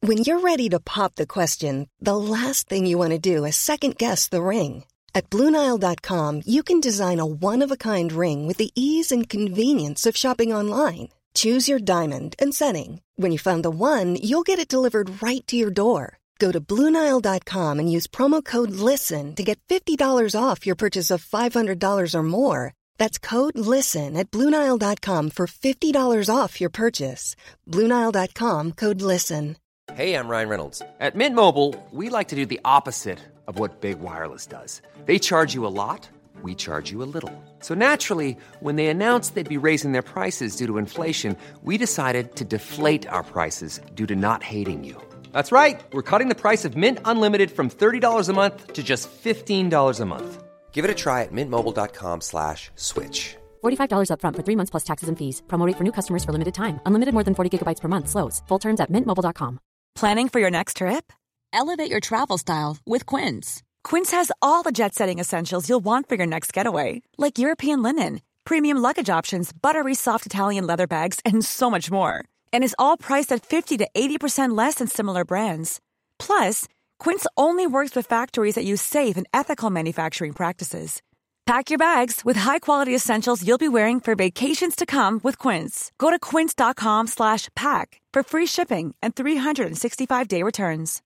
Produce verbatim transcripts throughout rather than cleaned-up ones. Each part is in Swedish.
When you're ready to pop the question, the last thing you want to do is second-guess the ring. At Blue Nile dot com, you can design a one-of-a-kind ring with the ease and convenience of shopping online. Choose your diamond and setting. When you find the one, you'll get it delivered right to your door. Go to Blue Nile dot com and use promo code LISTEN to get fifty dollars off your purchase of five hundred dollars or more. That's code LISTEN at Blue Nile dot com for fifty dollars off your purchase. Blue Nile dot com, code LISTEN. Hey, I'm Ryan Reynolds. At Mint Mobile, we like to do the opposite of what Big Wireless does. They charge you a lot, we charge you a little. So naturally, when they announced they'd be raising their prices due to inflation, we decided to deflate our prices due to not hating you. That's right. We're cutting the price of Mint Unlimited from thirty dollars a month to just fifteen dollars a month. Give it a try at mintmobile.com slash switch. forty-five dollars up front for three months plus taxes and fees. Promo rate for new customers for limited time. Unlimited more than forty gigabytes per month. Slows full terms at mint mobile dot com. Planning for your next trip? Elevate your travel style with Quince. Quince has all the jet-setting essentials you'll want for your next getaway, like European linen, premium luggage options, buttery soft Italian leather bags, and so much more. And is all priced at fifty to eighty percent less than similar brands. Plus, Quince only works with factories that use safe and ethical manufacturing practices. Pack your bags with high-quality essentials you'll be wearing for vacations to come with Quince. Go to quince dot com slash pack for free shipping and three hundred sixty-five day returns.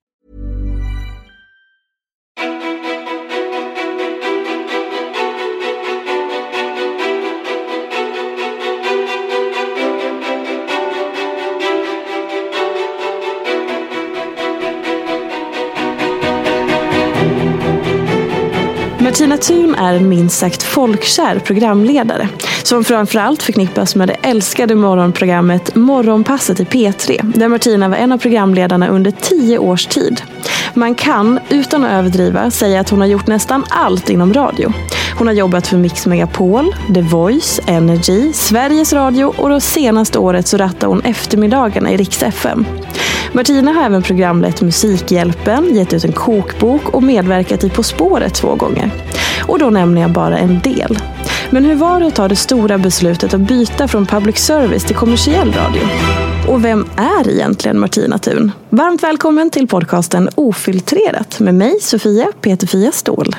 Martina Thun är en minst sagt folkkär programledare som framförallt förknippas med det älskade morgonprogrammet Morgonpasset i P tre, där Martina var en av programledarna under tio års tid. Man kan, utan att överdriva, säga att hon har gjort nästan allt inom radio. Hon har jobbat för Mix Megapol, The Voice, Energy, Sveriges Radio och det senaste året så rattar hon eftermiddagarna i Rix F M. Martina har även programlett Musikhjälpen, gett ut en kokbok och medverkat i På spåret två gånger. Och då nämner jag bara en del. Men hur var det att ta det stora beslutet att byta från public service till kommersiell radio? Och vem är egentligen Martina Thun? Varmt välkommen till podcasten Ofiltrerat med mig, Sofia Peterfia Ståhl.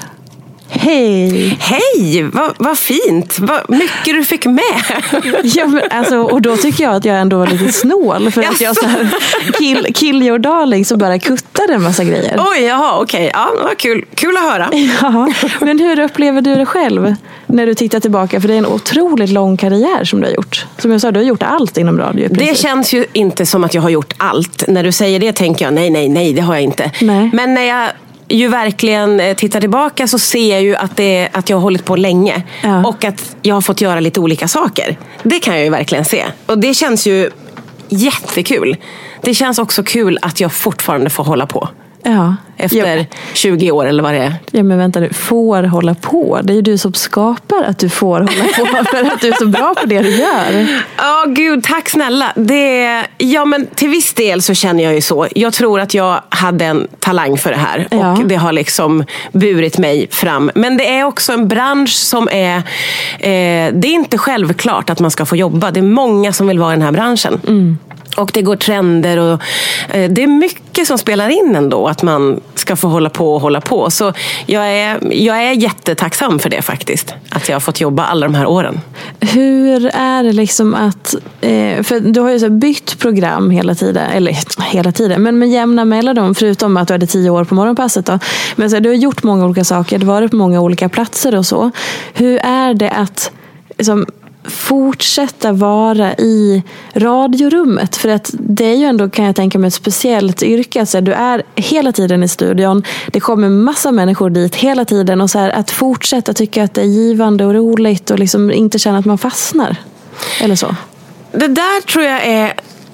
Hej! Hej! Vad va fint! Vad mycket du fick med! Ja, men alltså, och då tycker jag att jag ändå var lite snål. För att jag så här, kill, kill your darling så bara kuttade en massa grejer. Oj, jaha, okej. Okay. Ja, vad kul. Kul att höra. Ja, men hur upplever du det själv när du tittar tillbaka? För det är en otroligt lång karriär som du har gjort. Som jag sa, du har gjort allt inom radio. Det känns ju inte som att jag har gjort allt. När du säger det tänker jag, nej, nej, nej, det har jag inte. Nej. Men när jag ju verkligen tittar tillbaka så ser jag ju att, det, att jag har hållit på länge. Ja. Och att jag har fått göra lite olika saker. Det kan jag ju verkligen se. Och det känns ju jättekul. Det känns också kul att jag fortfarande får hålla på. Ja. Efter ja. tjugo år eller vad det är. Ja, men vänta nu, får hålla på. Det är ju du som skapar att du får hålla på för att du är så bra på det du gör. Ja, oh, gud, tack snälla. Det, ja, men till viss del så känner jag ju så. Jag tror att jag hade en talang för det här. Ja. Och det har liksom burit mig fram. Men det är också en bransch som är... Eh, det är inte självklart att man ska få jobba. Det är många som vill vara i den här branschen. Mm. Och det går trender och eh, det är mycket som spelar in ändå att man ska få hålla på och hålla på. Så jag är, jag är jättetacksam för det faktiskt. Att jag har fått jobba alla de här åren. Hur är det liksom att, eh, för du har ju så bytt program hela tiden, eller hela tiden, men med jämna mellanrum, förutom att du hade tio år på Morgonpasset då. Men så, du har gjort många olika saker, du har varit på många olika platser och så. Hur är det att liksom, fortsätta vara i radiorummet, för att det är ju ändå, kan jag tänka mig, ett speciellt yrke, så du är hela tiden i studion, det kommer massa människor dit hela tiden, och så här, att fortsätta tycka att det är givande och roligt och liksom inte känna att man fastnar eller så. Det där tror jag är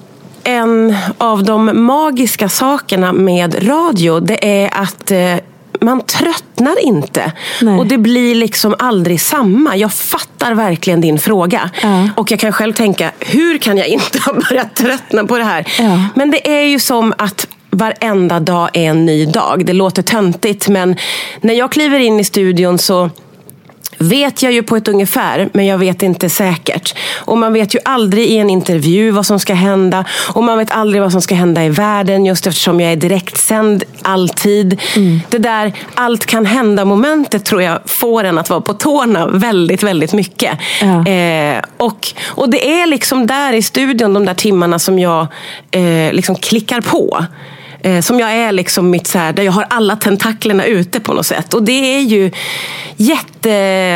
en av de magiska sakerna med radio. Det är att eh, man tröttnar inte. Nej. Och det blir liksom aldrig samma. Jag fattar verkligen din fråga. Ja. Och jag kan själv tänka, hur kan jag inte ha börjat tröttna på det här? Ja. Men det är ju som att varenda dag är en ny dag. Det låter töntigt, men när jag kliver in i studion så vet jag ju på ett ungefär, men jag vet inte säkert. Och man vet ju aldrig i en intervju vad som ska hända. Och man vet aldrig vad som ska hända i världen, just eftersom jag är direktsänd alltid. Mm. Det där allt kan hända momentet tror jag får en att vara på tårna väldigt, väldigt mycket. Ja. Eh, och, och det är liksom där i studion, de där timmarna som jag eh, liksom klickar på. Som jag är liksom mitt så här, där jag har alla tentaklerna ute på något sätt. Och det är ju jätte,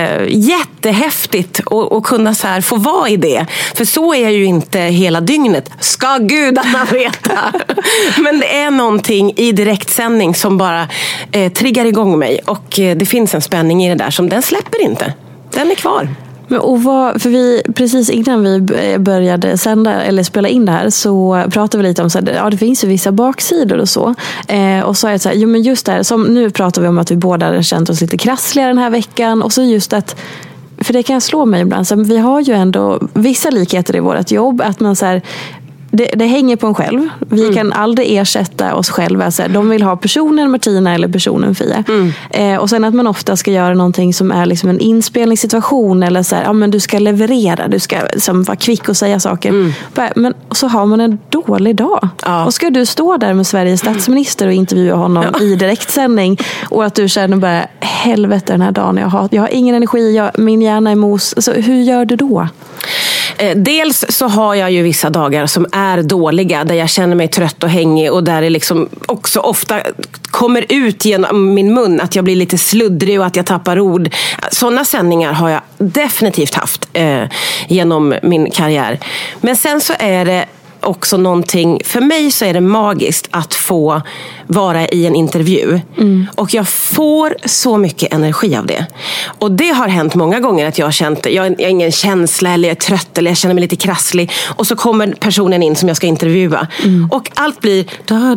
jättehäftigt att, att kunna så här få vara i det. För så är jag ju inte hela dygnet. Ska gudarna veta. Men det är någonting i direktsändning som bara eh, triggar igång mig. Och eh, det finns en spänning i det där som den släpper inte. Den är kvar. Men och vad, för vi, precis innan vi började sända eller spela in det här så pratade vi lite om så här, ja, det finns ju vissa baksidor och så. Eh, och så är det så här, jo men just det här, som nu pratar vi om att vi båda hade känt oss lite krassliga den här veckan. Och så just att, för det kan slå mig ibland, så vi har ju ändå vissa likheter i vårt jobb, att man så här, Det, det hänger på en själv. Vi mm. kan aldrig ersätta oss själva. Så här, de vill ha personen Martina eller personen Fia. Mm. Eh, och sen att man ofta ska göra någonting som är liksom en inspelningssituation. Eller så här, ja, men du ska leverera. Du ska liksom vara kvick och säga saker. Mm. Men så har man en dålig dag. Ja. Och ska du stå där med Sveriges statsminister och intervjua honom ja. i direktsändning. Och att du känner bara, helvete den här dagen. Jag har, jag har ingen energi, jag, min hjärna är mos. Alltså, hur gör du då? Eh, dels så har jag ju vissa dagar som är dåliga, där jag känner mig trött och hängig och där det liksom också ofta kommer ut genom min mun att jag blir lite sluddrig och att jag tappar ord. Sådana sändningar har jag definitivt haft eh, genom min karriär. Men sen så är det också någonting, för mig så är det magiskt att få vara i en intervju. Mm. Och jag får så mycket energi av det. Och det har hänt många gånger att jag har känt, jag har ingen känsla eller jag är trött eller jag känner mig lite krasslig. Och så kommer personen in som jag ska intervjua. Mm. Och allt blir da da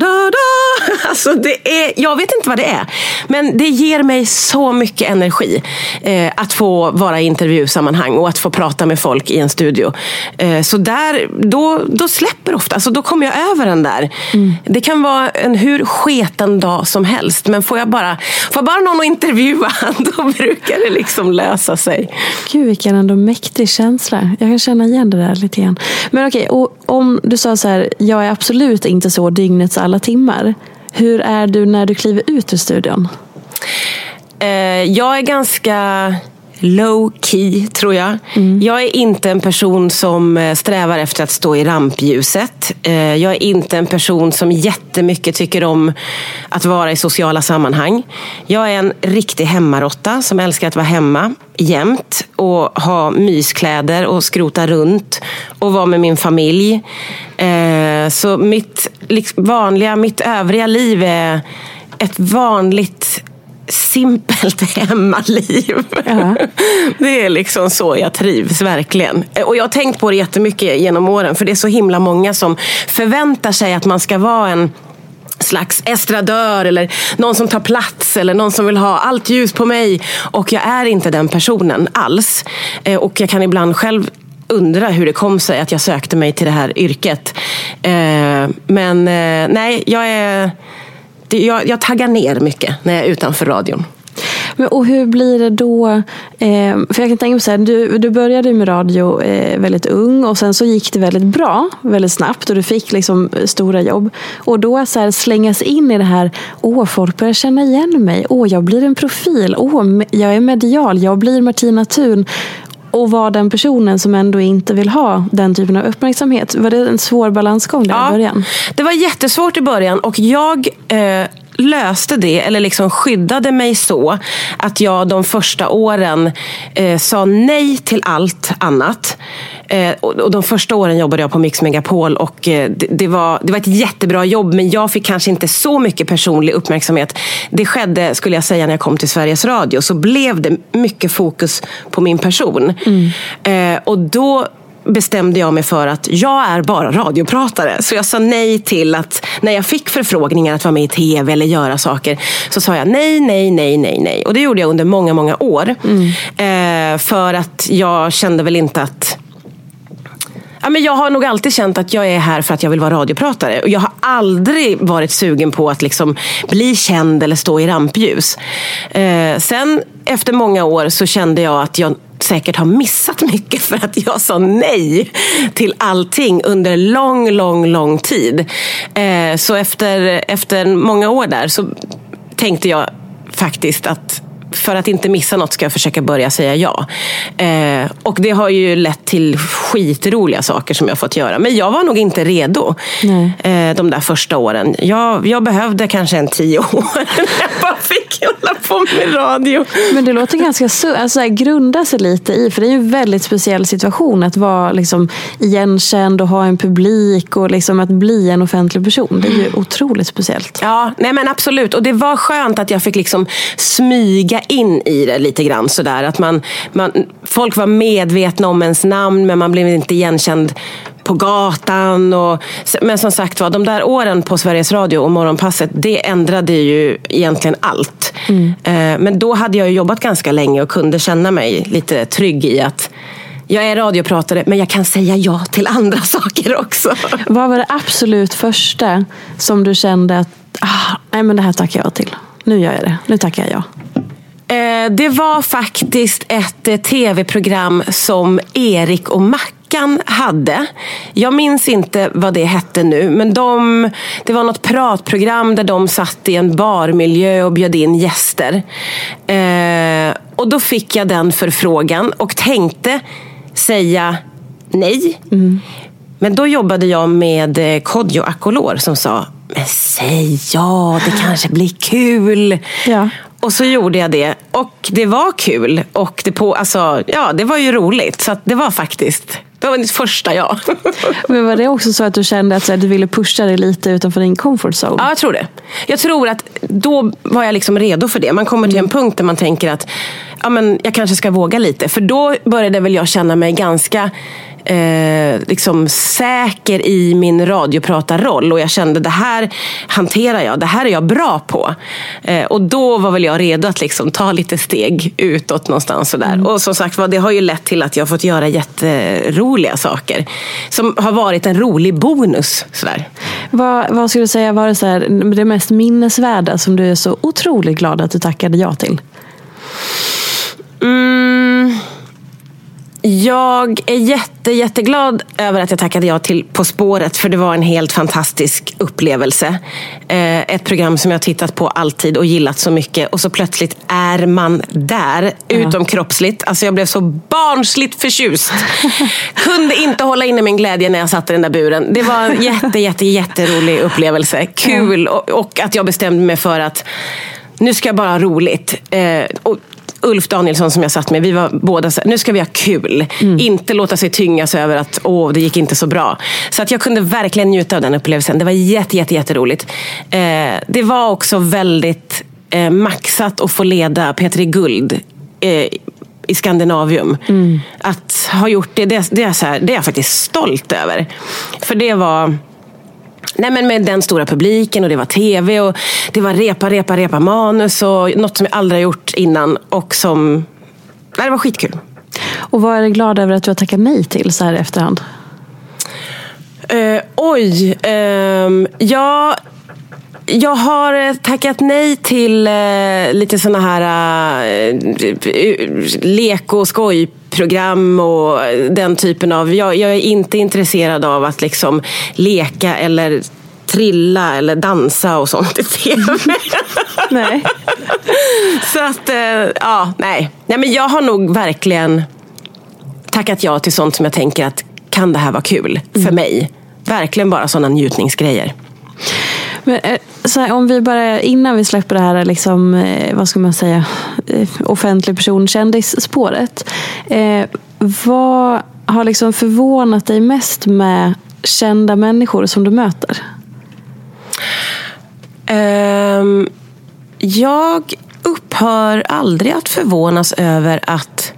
da. Alltså det är, jag vet inte vad det är. Men det ger mig så mycket energi eh, att få vara i intervjusammanhang och att få prata med folk i en studio. Eh, så där, då, då släpper ofta. Alltså då kommer jag över den där. Mm. Det kan vara en hur sketen dag som helst. Men får jag bara, får bara någon att intervjua, då brukar det liksom lösa sig. Gud, vilken ändå mäktig känsla. Jag kan känna igen det där lite grann. Men okej, och om du sa så här, jag är absolut inte så dygnets alla timmar. Hur är du när du kliver ut ur studion? Eh, jag är ganska low key, tror jag. Mm. Jag är inte en person som strävar efter att stå i rampljuset. Jag är inte en person som jättemycket tycker om att vara i sociala sammanhang. Jag är en riktig hemmarotta som älskar att vara hemma jämt och ha myskläder och skrota runt och vara med min familj. Så mitt vanliga, mitt övriga liv är ett vanligt simpelt hemmaliv. Ja. Det är liksom så jag trivs verkligen. Och jag har tänkt på det jättemycket genom åren, för det är så himla många som förväntar sig att man ska vara en slags estradör eller någon som tar plats eller någon som vill ha allt ljus på mig, och jag är inte den personen alls. Och jag kan ibland själv undra hur det kom sig att jag sökte mig till det här yrket. Men nej, jag är Jag, jag taggar ner mycket när jag är utanför radion. Men, och hur blir det då? Eh, för jag kan tänka mig så här, du, du började med radio eh, väldigt ung och sen så gick det väldigt bra, väldigt snabbt, och du fick liksom stora jobb. Och då så här, slängas in i det här, åh, folk börjar känna igen mig. Åh, jag blir en profil. Åh, jag är medial. Jag blir Martina Thun. Och vara den personen som ändå inte vill ha den typen av uppmärksamhet. Var det en svår balansgång där ja, i början? Det var jättesvårt i början, och jag eh, löste det, eller liksom skyddade mig så att jag de första åren eh, sa nej till allt annat. Eh, och, och de första åren jobbade jag på Mix Megapol, och eh, det, det, var, det var ett jättebra jobb, men jag fick kanske inte så mycket personlig uppmärksamhet. Det skedde, skulle jag säga, när jag kom till Sveriges Radio, så blev det mycket fokus på min person. Mm. Eh, och då bestämde jag mig för att jag är bara radiopratare. Så jag sa nej till att, när jag fick förfrågningar att vara med i tv eller göra saker, så sa jag nej, nej, nej, nej, nej. Och det gjorde jag under många, många år. Mm. Eh, för att jag kände väl inte att Ja, men jag har nog alltid känt att jag är här för att jag vill vara radiopratare. Och jag har aldrig varit sugen på att liksom bli känd eller stå i rampljus. Eh, sen efter många år så kände jag att jag säkert har missat mycket för att jag sa nej till allting under lång, lång, lång tid. Eh, så efter, efter många år där så tänkte jag faktiskt att för att inte missa något ska jag försöka börja säga ja. Eh, och det har ju lett till skitroliga saker som jag fått göra. Men jag var nog inte redo eh, de där första åren. Jag, jag behövde kanske en tio år när jag bara fick hålla på med radio. Men det låter ganska så, alltså, grunda sig lite i, för det är ju en väldigt speciell situation att vara liksom igenkänd och ha en publik och liksom att bli en offentlig person. Det är ju otroligt speciellt. Ja, nej men absolut. Och det var skönt att jag fick liksom smyga in i det lite grann sådär. Att man, man, folk var medvetna om ens namn, men man blev inte igenkänd på gatan. Och, men som sagt var, de där åren på Sveriges Radio och Morgonpasset, det ändrade ju egentligen allt. Mm. Eh, men då hade jag ju jobbat ganska länge och kunde känna mig lite trygg i att jag är radiopratare, men jag kan säga ja till andra saker också. Vad var det absolut första som du kände att ah, nej men det här tackar jag till? Nu gör jag det. Nu tackar jag ja. Det var faktiskt ett tv-program som Erik och Mackan hade. Jag minns inte vad det hette nu, men de, det var något pratprogram där de satt i en barmiljö och bjöd in gäster. Eh, och då fick jag den förfrågan och tänkte säga nej. Mm. Men då jobbade jag med Kodjo Akolor som sa, men säg ja, det kanske blir kul. Ja. Och så gjorde jag det. Och det var kul. Och det, på, alltså, ja, det var ju roligt. Så att det var faktiskt, det var mitt första ja. Men var det också så att du kände att så här, du ville pusha dig lite utanför din comfort zone? Ja, jag tror det. Jag tror att då var jag liksom redo för det. Man kommer till en punkt där man tänker att ja, men jag kanske ska våga lite. För då började väl jag känna mig ganska Eh, liksom säker i min radiopratarroll, och jag kände det här hanterar jag, det här är jag bra på, eh, och då var väl jag redo att liksom ta lite steg utåt någonstans sådär. Mm. Och som sagt, det har ju lett till att jag har fått göra jätteroliga saker som har varit en rolig bonus sådär. Vad, vad skulle du säga var det, så här, det mest minnesvärda som du är så otroligt glad att du tackade ja till? Mm Jag är jätte, jätteglad över att jag tackade ja till På spåret, för det var en helt fantastisk upplevelse. Eh, ett program som jag har tittat på alltid och gillat så mycket, och så plötsligt är man där, ja. Utom kroppsligt. Alltså jag blev så barnsligt förtjust. Kunde inte hålla inne min glädje när jag satt i den där buren. Det var en jätte, jätte, jätterolig upplevelse. Kul, ja. och, och att jag bestämde mig för att nu ska jag bara ha roligt. Eh, och Ulf Danielsson som jag satt med, vi var båda så här, nu ska vi ha kul. Mm. Inte låta sig tyngas över att åh, det gick inte så bra. Så att jag kunde verkligen njuta av den upplevelsen. Det var jätte, jätte, jätteroligt. Eh, det var också väldigt eh, maxat att få leda P tre Guld eh, i Skandinavium. Mm. Att ha gjort det, det, det, är så här, det är jag faktiskt stolt över. För det var... Nej, men med den stora publiken, och det var tv och det var repa, repa, repa manus och något som jag aldrig har gjort innan, och som, nej, det var skitkul. Och vad är du glad över att du har tackat nej till så här i efterhand? Uh, oj, um, ja, jag har tackat nej till uh, lite såna här uh, lek- och skojprogram och den typen av, jag, jag är inte intresserad av att liksom leka eller trilla eller dansa och sånt i tv. Nej. Så att, uh, ja, nej. nej. Men jag har nog verkligen tackat ja till sånt som jag tänker att kan det här vara kul mm. för mig. Verkligen bara sådana njutningsgrejer. Men, så här, om vi bara innan vi släpper det här liksom, vad ska man säga, offentlig person, kändisspåret, eh, vad har liksom förvånat dig mest med kända människor som du möter? Um, jag upphör aldrig att förvånas över att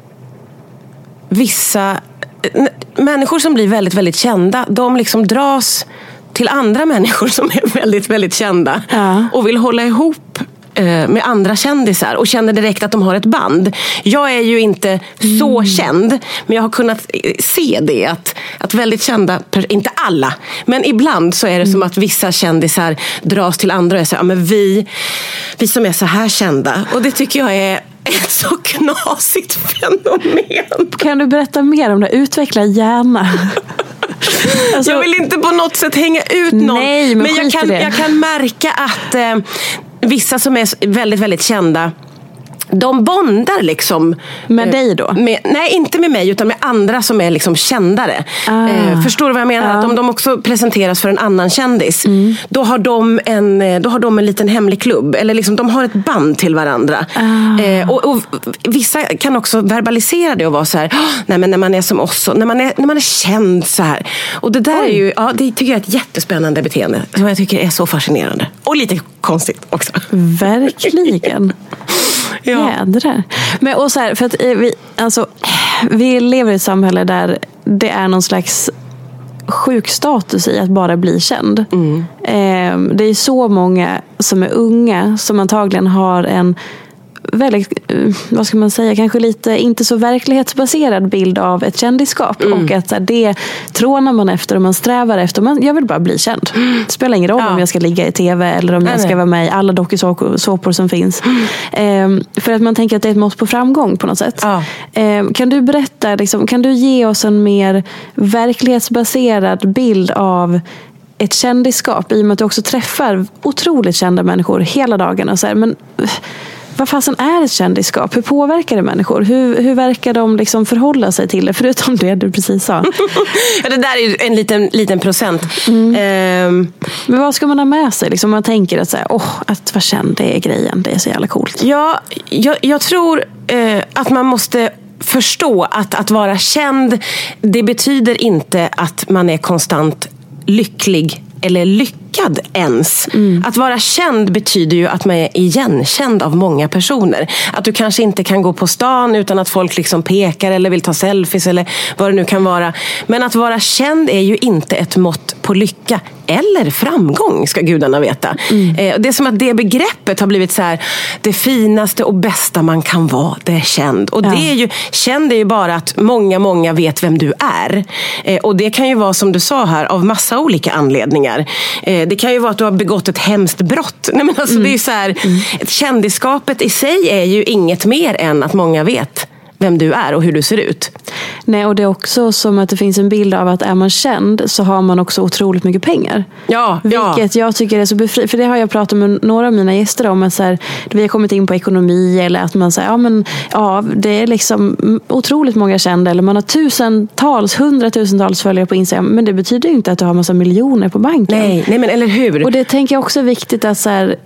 vissa människor som blir väldigt, väldigt kända, de liksom dras till andra människor som är väldigt, väldigt kända, ja. Och vill hålla ihop eh, med andra kändisar och känner direkt att de har ett band. Jag är ju inte mm. så känd, men jag har kunnat se det att, att väldigt kända, inte alla, men ibland så är det mm. som att vissa kändisar dras till andra och säger, ja men vi, vi som är så här kända, och det tycker jag är ett så knasigt fenomen. Kan du berätta mer om det? Utveckla gärna. Alltså, jag vill inte på något sätt hänga ut någon. Nej, men men jag kan, jag kan märka att eh, vissa som är väldigt, väldigt kända, de bondar liksom. Med eh, dig då? Med, nej, inte med mig, utan med andra som är liksom kändare. Ah. Eh, förstår du vad jag menar? Ah. Att om de också presenteras för en annan kändis, mm. då, har de en, då har de en liten hemlig klubb. Eller liksom, de har ett band till varandra. Ah. Eh, och, och vissa kan också verbalisera det och vara så här, nej men när man är som oss, när man är, när man är känd så här. Och det där Oj. är ju, ja, det tycker jag är ett jättespännande beteende. Som jag tycker är så fascinerande. Och lite konstigt också. Verkligen. Ja. Jädrar. Men och så här, för att vi, alltså, vi lever i ett samhälle där det är någon slags sjuk status i att bara bli känd. Mm. Eh, det är så många som är unga som antagligen har en väldigt, vad ska man säga, kanske lite inte så verklighetsbaserad bild av ett kändisskap. Mm. Och att så här, det trånar man efter och man strävar efter. Man, jag vill bara bli känd. Det spelar ingen roll ja. om jag ska ligga i tv eller om nej, jag ska nej. vara med i alla dokusåpor som finns. Mm. Eh, för att man tänker att det är ett mått på framgång på något sätt. Ja. Eh, kan du berätta, liksom, kan du ge oss en mer verklighetsbaserad bild av ett kändisskap, i och med att du också träffar otroligt kända människor hela dagen och så här, men vad fasen är ett kändisskap? Hur påverkar det människor? Hur, hur verkar de liksom förhålla sig till det? Förutom det du precis sa. Ja, det där är ju en liten, liten procent. Mm. Um, Men vad ska man ha med sig? Liksom man tänker att, så här, oh, att vara känd, det är grejen. Det är så jävla coolt. Ja, jag, jag tror uh, att man måste förstå att att vara känd, det betyder inte att man är konstant lycklig eller lyckad ens. Mm. Att vara känd betyder ju att man är igenkänd av många personer. Att du kanske inte kan gå på stan utan att folk liksom pekar eller vill ta selfies eller vad det nu kan vara. Men att vara känd är ju inte ett mått på lycka eller framgång, ska gudarna veta. Mm. Det är som att det begreppet har blivit så här, det finaste och bästa man kan vara, det är känd. Och ja. det är ju, känd är ju bara att många, många vet vem du är. Och det kan ju vara, som du sa här, av massa olika anledningar. Det kan ju vara att du har begått ett hemskt brott. Nej, men alltså, mm. det är ju så här, mm. kändisskapet i sig är ju inget mer än att många vet vem du är och hur du ser ut. Nej, och det är också som att det finns en bild av att är man känd så har man också otroligt mycket pengar. Ja, Vilket ja. jag tycker är så befri. För det har jag pratat med några av mina gäster om. Att så här, vi har kommit in på ekonomi eller att man säger, ja men ja, det är liksom otroligt många kända. Eller man har tusentals, hundratusentals följare på Instagram. Men det betyder ju inte att du har massa miljoner på banken. Nej, nej men eller hur? Och det tänker jag också är viktigt att så här,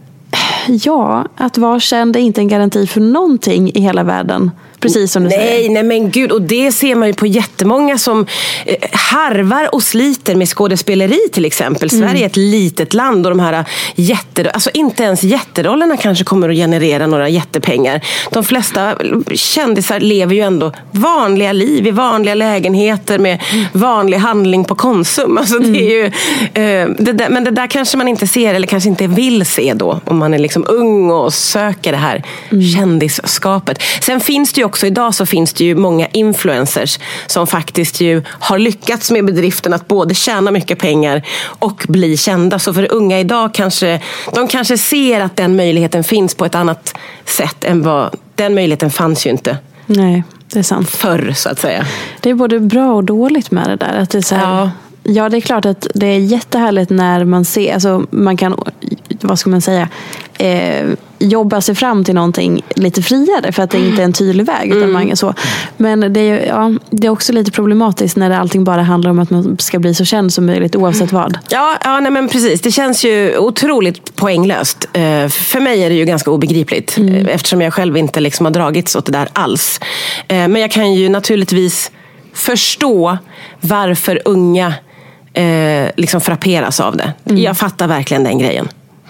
ja, att vara känd är inte en garanti för någonting i hela världen. Precis som du nej, säger. Nej, men gud. Och det ser man ju på jättemånga som eh, harvar och sliter med skådespeleri till exempel. Mm. Sverige är ett litet land och de här jätte... Alltså inte ens jätterollerna kanske kommer att generera några jättepengar. De flesta kändisar lever ju ändå vanliga liv i vanliga lägenheter med vanlig handling på Konsum. Alltså det är ju... Eh, det där, men det där kanske man inte ser eller kanske inte vill se då. Om man är liksom ung och söker det här mm. kändisskapet. Sen finns det ju också idag så finns det ju många influencers som faktiskt ju har lyckats med bedriften att både tjäna mycket pengar och bli kända. Så för unga idag kanske de kanske ser att den möjligheten finns på ett annat sätt än vad den möjligheten fanns ju inte. Nej, det är sant. Förr så att säga. Det är både bra och dåligt med det där. Att det är så här, ja. ja, det är klart att det är jättehärligt när man ser, alltså man kan, vad ska man säga, eh, jobba sig fram till någonting lite friare för att det inte är en tydlig väg utan mm. man är så. Men det är, ja, det är också lite problematiskt när allting bara handlar om att man ska bli så känd som möjligt oavsett vad. Ja, ja nej, men precis. Det känns ju otroligt poänglöst. Uh, för mig är det ju ganska obegripligt mm. eftersom jag själv inte liksom har dragits åt det där alls. Uh, men jag kan ju naturligtvis förstå varför unga uh, liksom frapperas av det. Mm. Jag fattar verkligen den grejen.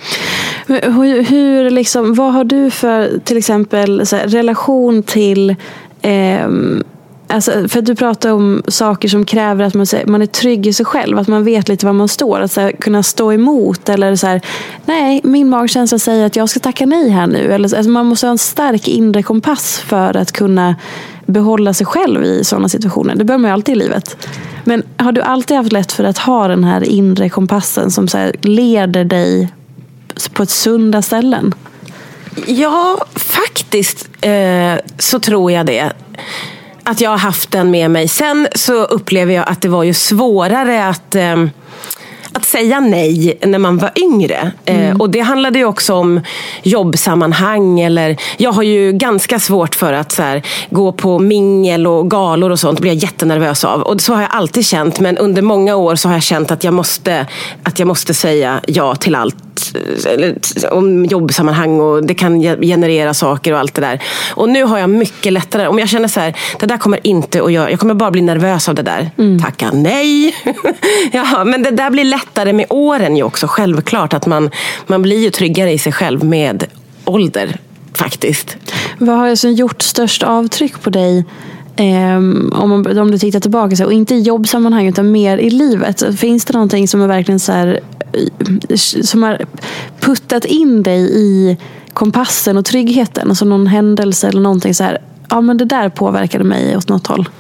Hur, hur liksom, vad har du för till exempel så här, relation till eh, alltså, för att du pratar om saker som kräver att man, man är trygg i sig själv, att man vet lite var man står, att så här, kunna stå emot, eller så här, nej, min magkänsla säger att jag ska tacka nej här nu, eller, alltså, man måste ha en stark inre kompass för att kunna behålla sig själv i sådana situationer. Det bör man ju alltid i livet. Men har du alltid haft lätt för att ha den här inre kompassen som så här, leder dig på ett sunda ställen? Ja, faktiskt eh, så tror jag det. Att jag har haft den med mig. Sen så upplever jag att det var ju svårare att... Eh, Att säga nej när man var yngre. Mm. Eh, och det handlade ju också om jobbsammanhang. Eller, jag har ju ganska svårt för att så här, gå på mingel och galor och sånt. Det blir jag jättenervös av. Och så har jag alltid känt. Men under många år så har jag känt att jag måste, att jag måste säga ja till allt. Eller, om jobbsammanhang, och det kan generera saker och allt det där. Och nu har jag mycket lättare. Om jag känner så här, det där kommer inte att göra. Jag kommer bara bli nervös av det där. Mm. Tacka nej. Ja, men det där blir lättare med åren ju också. Självklart att man, man blir ju tryggare i sig själv med ålder faktiskt. Vad har jag som gjort störst avtryck på dig? Um, om, man, om du tittar tillbaka så, och inte i jobbsammanhang utan mer i livet, finns det någonting som är verkligen så här, som har puttat in dig i kompassen och tryggheten, alltså någon händelse eller någonting så här, ja men det där påverkade mig åt något håll?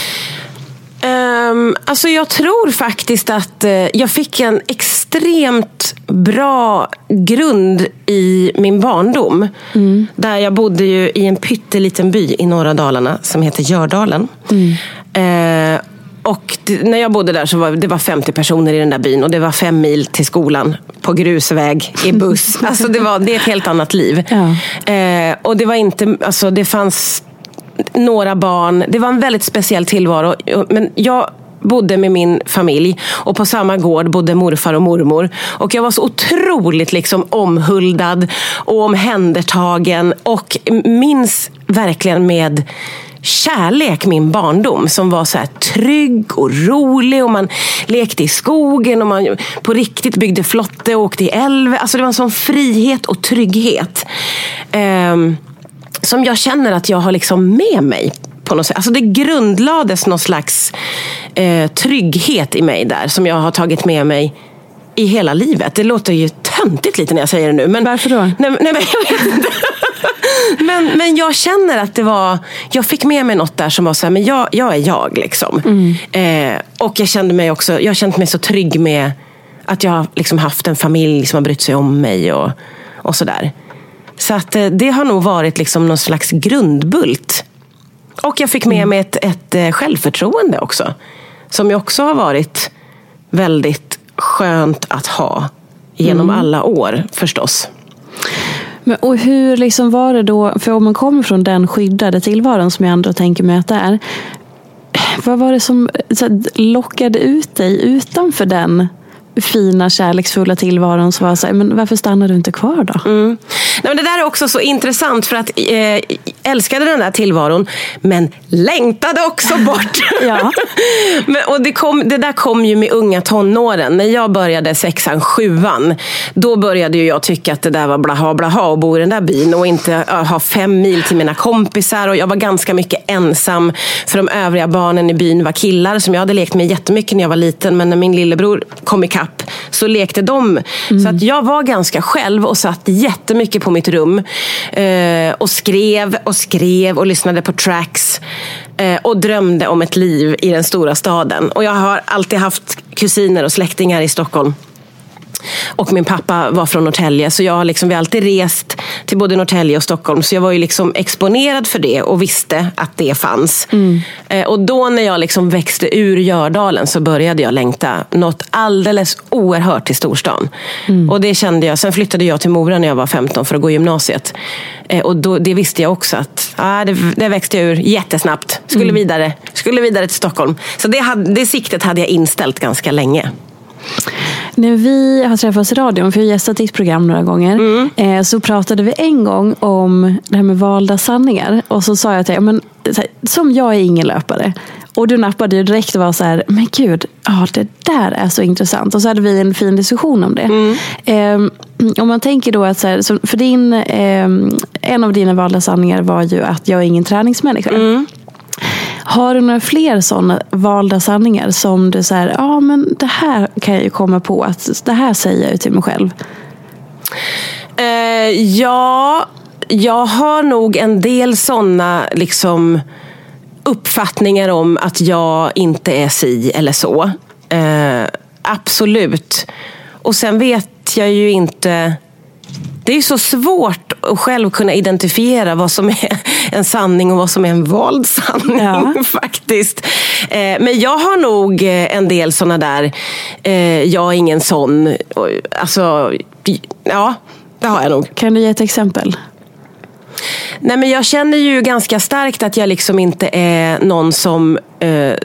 Um, alltså jag tror faktiskt att uh, jag fick en extremt bra grund i min barndom. Mm. Där jag bodde ju i en pytteliten by i norra Dalarna som heter Gördalen. Mm. Uh, och det, när jag bodde där så var det var femtio personer i den där byn, och det var fem mil till skolan på grusväg i buss. Alltså det var det är ett helt annat liv. Ja. Uh, och det var inte, alltså det fanns några barn. Det var en väldigt speciell tillvaro. Men jag bodde med min familj, och på samma gård bodde morfar och mormor. Och jag var så otroligt liksom omhuldad och omhändertagen, och minns verkligen med kärlek min barndom, som var så här trygg och rolig, och man lekte i skogen och man på riktigt byggde flotte och åkte i älv. Alltså det var en sån frihet och trygghet. Um, som jag känner att jag har liksom med mig på något sätt. Alltså det grundlades någon slags eh, trygghet i mig där, som jag har tagit med mig i hela livet. Det låter ju töntigt lite när jag säger det nu. Men, varför då? Nej, nej, men, jag vet inte. men, men jag känner att det var, jag fick med mig något där som var så här, men jag, jag är jag liksom. Mm. Eh, och jag kände mig också, jag kände mig så trygg med att jag har liksom haft en familj som har brytt sig om mig och, och sådär. Så att det har nog varit liksom någon slags grundbult. Och jag fick med mig ett, ett självförtroende också. Som ju också har varit väldigt skönt att ha genom mm. alla år förstås. Men, och hur liksom var det då, för om man kommer från den skyddade tillvaron som jag ändå tänker mig att det är. Vad var det som så här, lockade ut dig utanför den fina, kärleksfulla tillvaron, så var så här, men varför stannar du inte kvar då? Mm. Nej, men det där är också så intressant, för att eh, älskade den där tillvaron, men längtade också bort. Ja. men, och det, kom, det där kom ju med unga tonåren. När jag började sexan, sjuan, då började ju jag tycka att det där var blaha blaha och bo i den där byn och inte uh, ha fem mil till mina kompisar, och jag var ganska mycket ensam, för de övriga barnen i byn var killar som jag hade lekt med jättemycket när jag var liten, men när min lillebror kom i kapp så lekte de. Mm. Så att jag var ganska själv och satt jättemycket på mitt rum eh, och skrev och skrev och lyssnade på tracks eh, och drömde om ett liv i den stora staden. Och jag har alltid haft kusiner och släktingar i Stockholm. Och min pappa var från Norrtälje, så jag har liksom, vi har alltid rest till både Norrtälje och Stockholm, så jag var ju liksom exponerad för det och visste att det fanns. Mm. Eh, och då när jag liksom växte ur Gördalen så började jag längta något alldeles oerhört till storstan. Mm. Och det kände jag, sen flyttade jag till Mora när jag var femton för att gå gymnasiet. Eh, och då, det visste jag också att ah, det, det växte jag ur jättesnabbt. Skulle, mm. vidare, skulle vidare till Stockholm. Så det, hade, det siktet hade jag inställt ganska länge. När vi har träffats i radion, för jag har gästat ditt program några gånger, mm. eh, så pratade vi en gång om det här med valda sanningar. Och så sa jag till dig, men, som jag är ingen löpare. Och du nappade ju direkt och var så här, men gud, ja, det där är så intressant. Och så hade vi en fin diskussion om det. Mm. Eh, om man tänker då att så här, för din, eh, en av dina valda sanningar var ju att jag är ingen träningsmänniska. Mm. Har du några fler sådana valda sanningar som du säger, ja men det här kan jag ju komma på att det här säger jag ju till mig själv? Uh, ja, jag har nog en del sådana liksom uppfattningar om att jag inte är si eller så. Uh, absolut. Och sen vet jag ju inte... Det är ju så svårt att själv kunna identifiera vad som är en sanning och vad som är en vald sanning, ja. faktiskt. Eh, men jag har nog en del såna där, eh, jag är ingen sån. Alltså, ja, det har jag nog. Kan du ge ett exempel? Nej, men jag känner ju ganska starkt att jag liksom inte är någon som... Eh,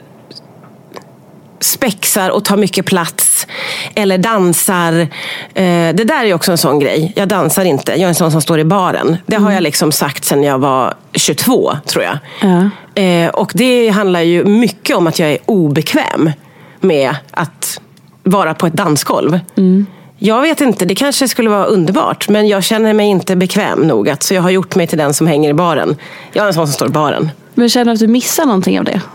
spexar och tar mycket plats eller dansar. Eh, det där är också en sån grej. Jag dansar inte. Jag är en sån som står i baren. Det har jag liksom sagt sedan jag var tjugotvå, tror jag. Ja. Eh, och det handlar ju mycket om att jag är obekväm med att vara på ett dansgolv. Mm. Jag vet inte, det kanske skulle vara underbart, men jag känner mig inte bekväm nog att, så jag har gjort mig till den som hänger i baren. Jag är en sån som står i baren. Men känner du att du missar någonting av det?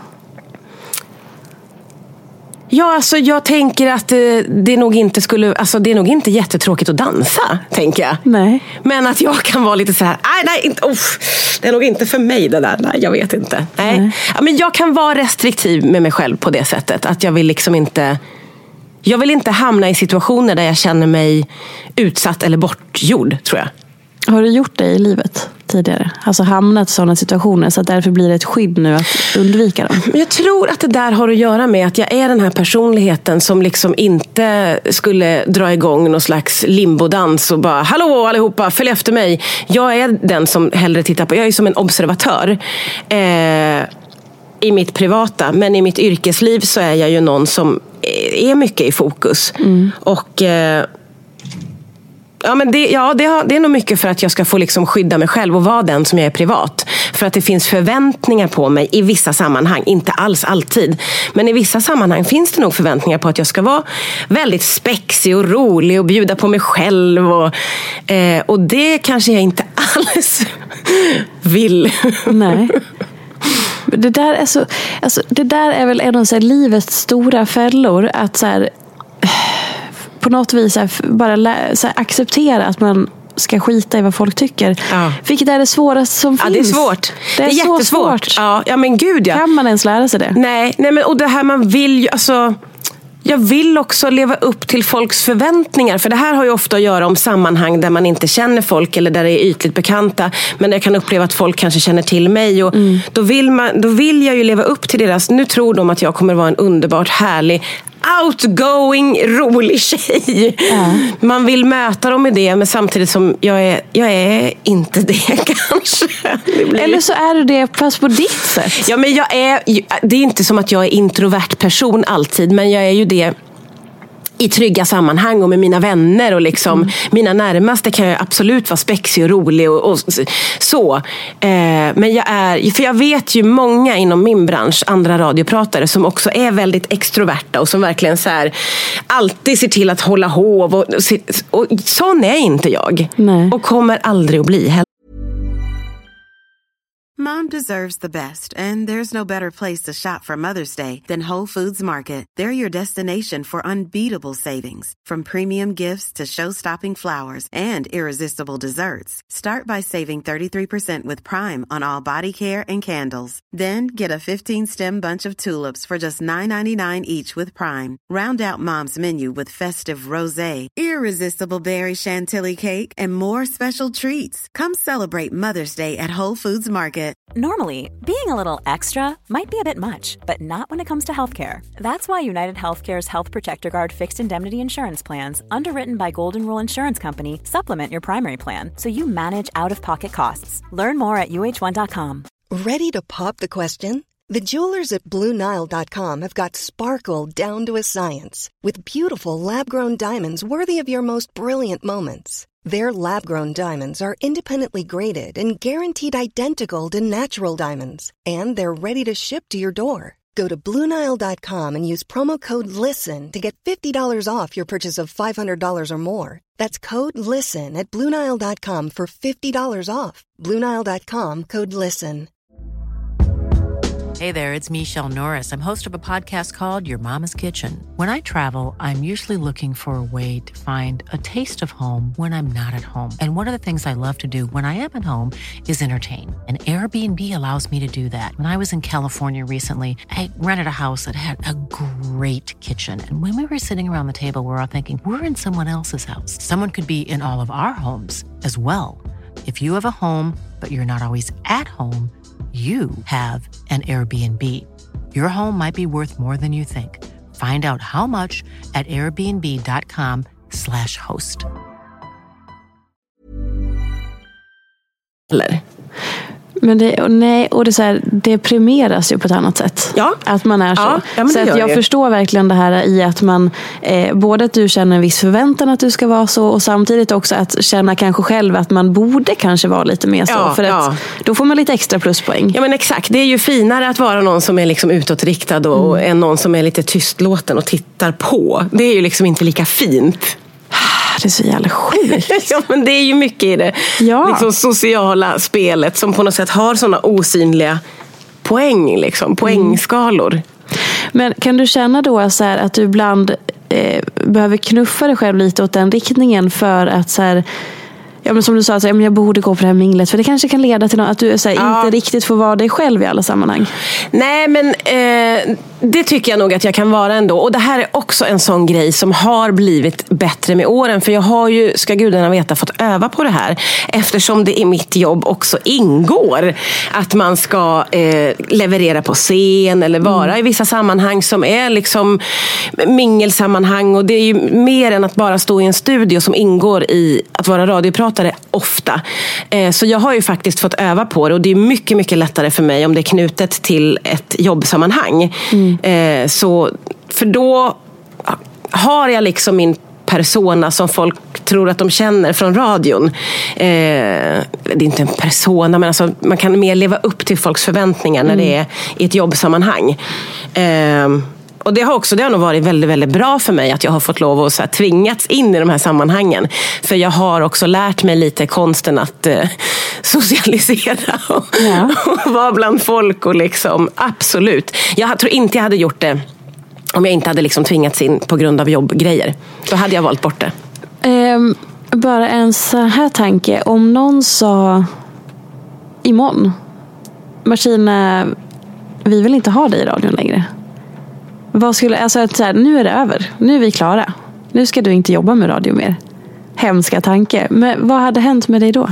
Ja, alltså jag tänker att det, det nog inte skulle, alltså det är nog inte jättetråkigt att dansa, tänker jag. Nej. Men att jag kan vara lite så här, nej, nej, inte, oh, det är nog inte för mig det där, nej, jag vet inte. Nej. Nej. Ja, men jag kan vara restriktiv med mig själv på det sättet, att jag vill liksom inte, jag vill inte hamna i situationer där jag känner mig utsatt eller bortgjord, tror jag. Har du gjort det i livet tidigare? Alltså hamnat i sådana situationer så att därför blir det ett skydd nu att undvika dem? Jag tror att det där har att göra med att jag är den här personligheten som liksom inte skulle dra igång någon slags limbodans och bara, hallå allihopa, följ efter mig. Jag är den som hellre tittar på, jag är som en observatör eh, i mitt privata, men i mitt yrkesliv så är jag ju någon som är mycket i fokus. Mm. Och... Eh, Ja, men det, ja det, har, det är nog mycket för att jag ska få liksom skydda mig själv och vara den som jag är privat. För att det finns förväntningar på mig i vissa sammanhang. Inte alls alltid. Men i vissa sammanhang finns det nog förväntningar på att jag ska vara väldigt spexig och rolig och bjuda på mig själv. Och, eh, och det kanske jag inte alls vill. Nej. Det där är, så, alltså, det där är väl en av så här, livets stora fällor. Att så här... på något vis här, bara lä- så här, acceptera att man ska skita i vad folk tycker. Ja. Vilket är det svåraste som ja, finns. Det är svårt. Det är, det är så jättesvårt. svårt. Ja, ja, men gud ja. Kan man ens lära sig det? Nej, nej men, och det här man vill ju, alltså... Jag vill också leva upp till folks förväntningar. För det här har ju ofta att göra om sammanhang där man inte känner folk eller där det är ytligt bekanta. Men jag kan uppleva att folk kanske känner till mig. Och mm. då, vill man, då vill jag ju leva upp till deras... Nu tror de att jag kommer vara en underbart härlig, outgoing, rolig tjej. Ja. Man vill möta dem med det, men samtidigt som jag är, jag är inte det kanske. Det blir... Eller så är du det fast på ditt sätt. Ja, men jag är, det är inte som att jag är introvert person alltid, men jag är ju det i trygga sammanhang och med mina vänner och liksom mm. mina närmaste kan jag absolut vara spexig och rolig och, och så. Eh, men jag är, för jag vet ju många inom min bransch, andra radiopratare som också är väldigt extroverta och som verkligen så här alltid ser till att hålla hov och, och sån är inte jag. Nej. Och kommer aldrig att bli heller. Mom deserves the best, and there's no better place to shop for Mother's Day than Whole Foods Market. They're your destination for unbeatable savings, from premium gifts to show-stopping flowers and irresistible desserts. Start by saving thirty-three percent with Prime on all body care and candles. Then get a fifteen-stem bunch of tulips for just nine ninety-nine each with Prime. Round out Mom's menu with festive rosé, irresistible berry chantilly cake, and more special treats. Come celebrate Mother's Day at Whole Foods Market. Normally, being a little extra might be a bit much, but not when it comes to healthcare. That's why United Healthcare's Health Protector Guard fixed indemnity insurance plans, underwritten by Golden Rule Insurance Company, supplement your primary plan so you manage out-of-pocket costs. Learn more at U H one dot com. Ready to pop the question? The jewelers at Blue Nile dot com have got sparkle down to a science with beautiful lab-grown diamonds worthy of your most brilliant moments. Their lab-grown diamonds are independently graded and guaranteed identical to natural diamonds. And they're ready to ship to your door. Go to Blue Nile dot com and use promo code LISTEN to get fifty dollars off your purchase of five hundred dollars or more. That's code LISTEN at Blue Nile dot com for fifty dollars off. Blue Nile dot com, code LISTEN. Hey there, it's Michelle Norris. I'm host of a podcast called Your Mama's Kitchen. When I travel, I'm usually looking for a way to find a taste of home when I'm not at home. And one of the things I love to do when I am at home is entertain. And Airbnb allows me to do that. When I was in California recently, I rented a house that had a great kitchen. And when we were sitting around the table, we were all thinking, we're in someone else's house. Someone could be in all of our homes as well. If you have a home, but you're not always at home, you have an Airbnb. Your home might be worth more than you think. Find out how much at airbnb.com slash host. Eller? Men det, och nej, och det, så här, det premieras ju på ett annat sätt. Ja. Att man är så. Ja, ja, så att jag det. förstår verkligen det här i att man, eh, både att du känner en viss förväntan att du ska vara så, och samtidigt också att känna kanske själv att man borde kanske vara lite mer så. Ja, för att ja. då får man lite extra pluspoäng. Ja, men exakt. Det är ju finare att vara någon som är liksom utåtriktad och mm. än någon som är lite tystlåten och tittar på. Det är ju liksom inte lika fint. Det är så jävla sjukt. Ja, men det är ju mycket i det ja. liksom sociala spelet som på något sätt har såna osynliga poäng, liksom, poängskalor. Mm. Men kan du känna då så här, att du ibland eh, behöver knuffa dig själv lite åt den riktningen för att så här, ja, men som du sa, så, ja, men jag borde gå på det här minglet, för det kanske kan leda till något, att du så här, ja. inte riktigt får vara dig själv i alla sammanhang. Nej, men eh, det tycker jag nog att jag kan vara ändå. Och det här är också en sån grej som har blivit bättre med åren. För jag har ju, ska gudarna veta, fått öva på det här. Eftersom det i mitt jobb också ingår att man ska eh, leverera på scen eller vara mm. i vissa sammanhang som är liksom mingelsammanhang. Och det är ju mer än att bara stå i en studio som ingår i att vara radiopratare ofta. Eh, så jag har ju faktiskt fått öva på det. Och det är mycket, mycket lättare för mig om det är knutet till ett jobbsammanhang. Mm. Eh, så, för då har jag liksom min persona som folk tror att de känner från radion. Eh, det är inte en persona, men alltså, man kan mer leva upp till folks förväntningar när mm. det är i ett jobbsammanhang. Eh, och det har också det har nog varit väldigt, väldigt bra för mig att jag har fått lov att så här, tvingats in i de här sammanhangen. För jag har också lärt mig lite konsten att eh, socialisera och, ja. och vara bland folk och liksom, absolut. Jag tror inte jag hade gjort det om jag inte hade liksom tvingats in på grund av jobbgrejer. Då hade jag valt bort det. Um, bara en så här tanke. Om någon sa imorgon, Martina, vi vill inte ha dig i radion längre. Vad skulle, alltså så här, nu är det över. Nu är vi klara. Nu ska du inte jobba med radio mer. Hemska tanke. Men vad hade hänt med dig då?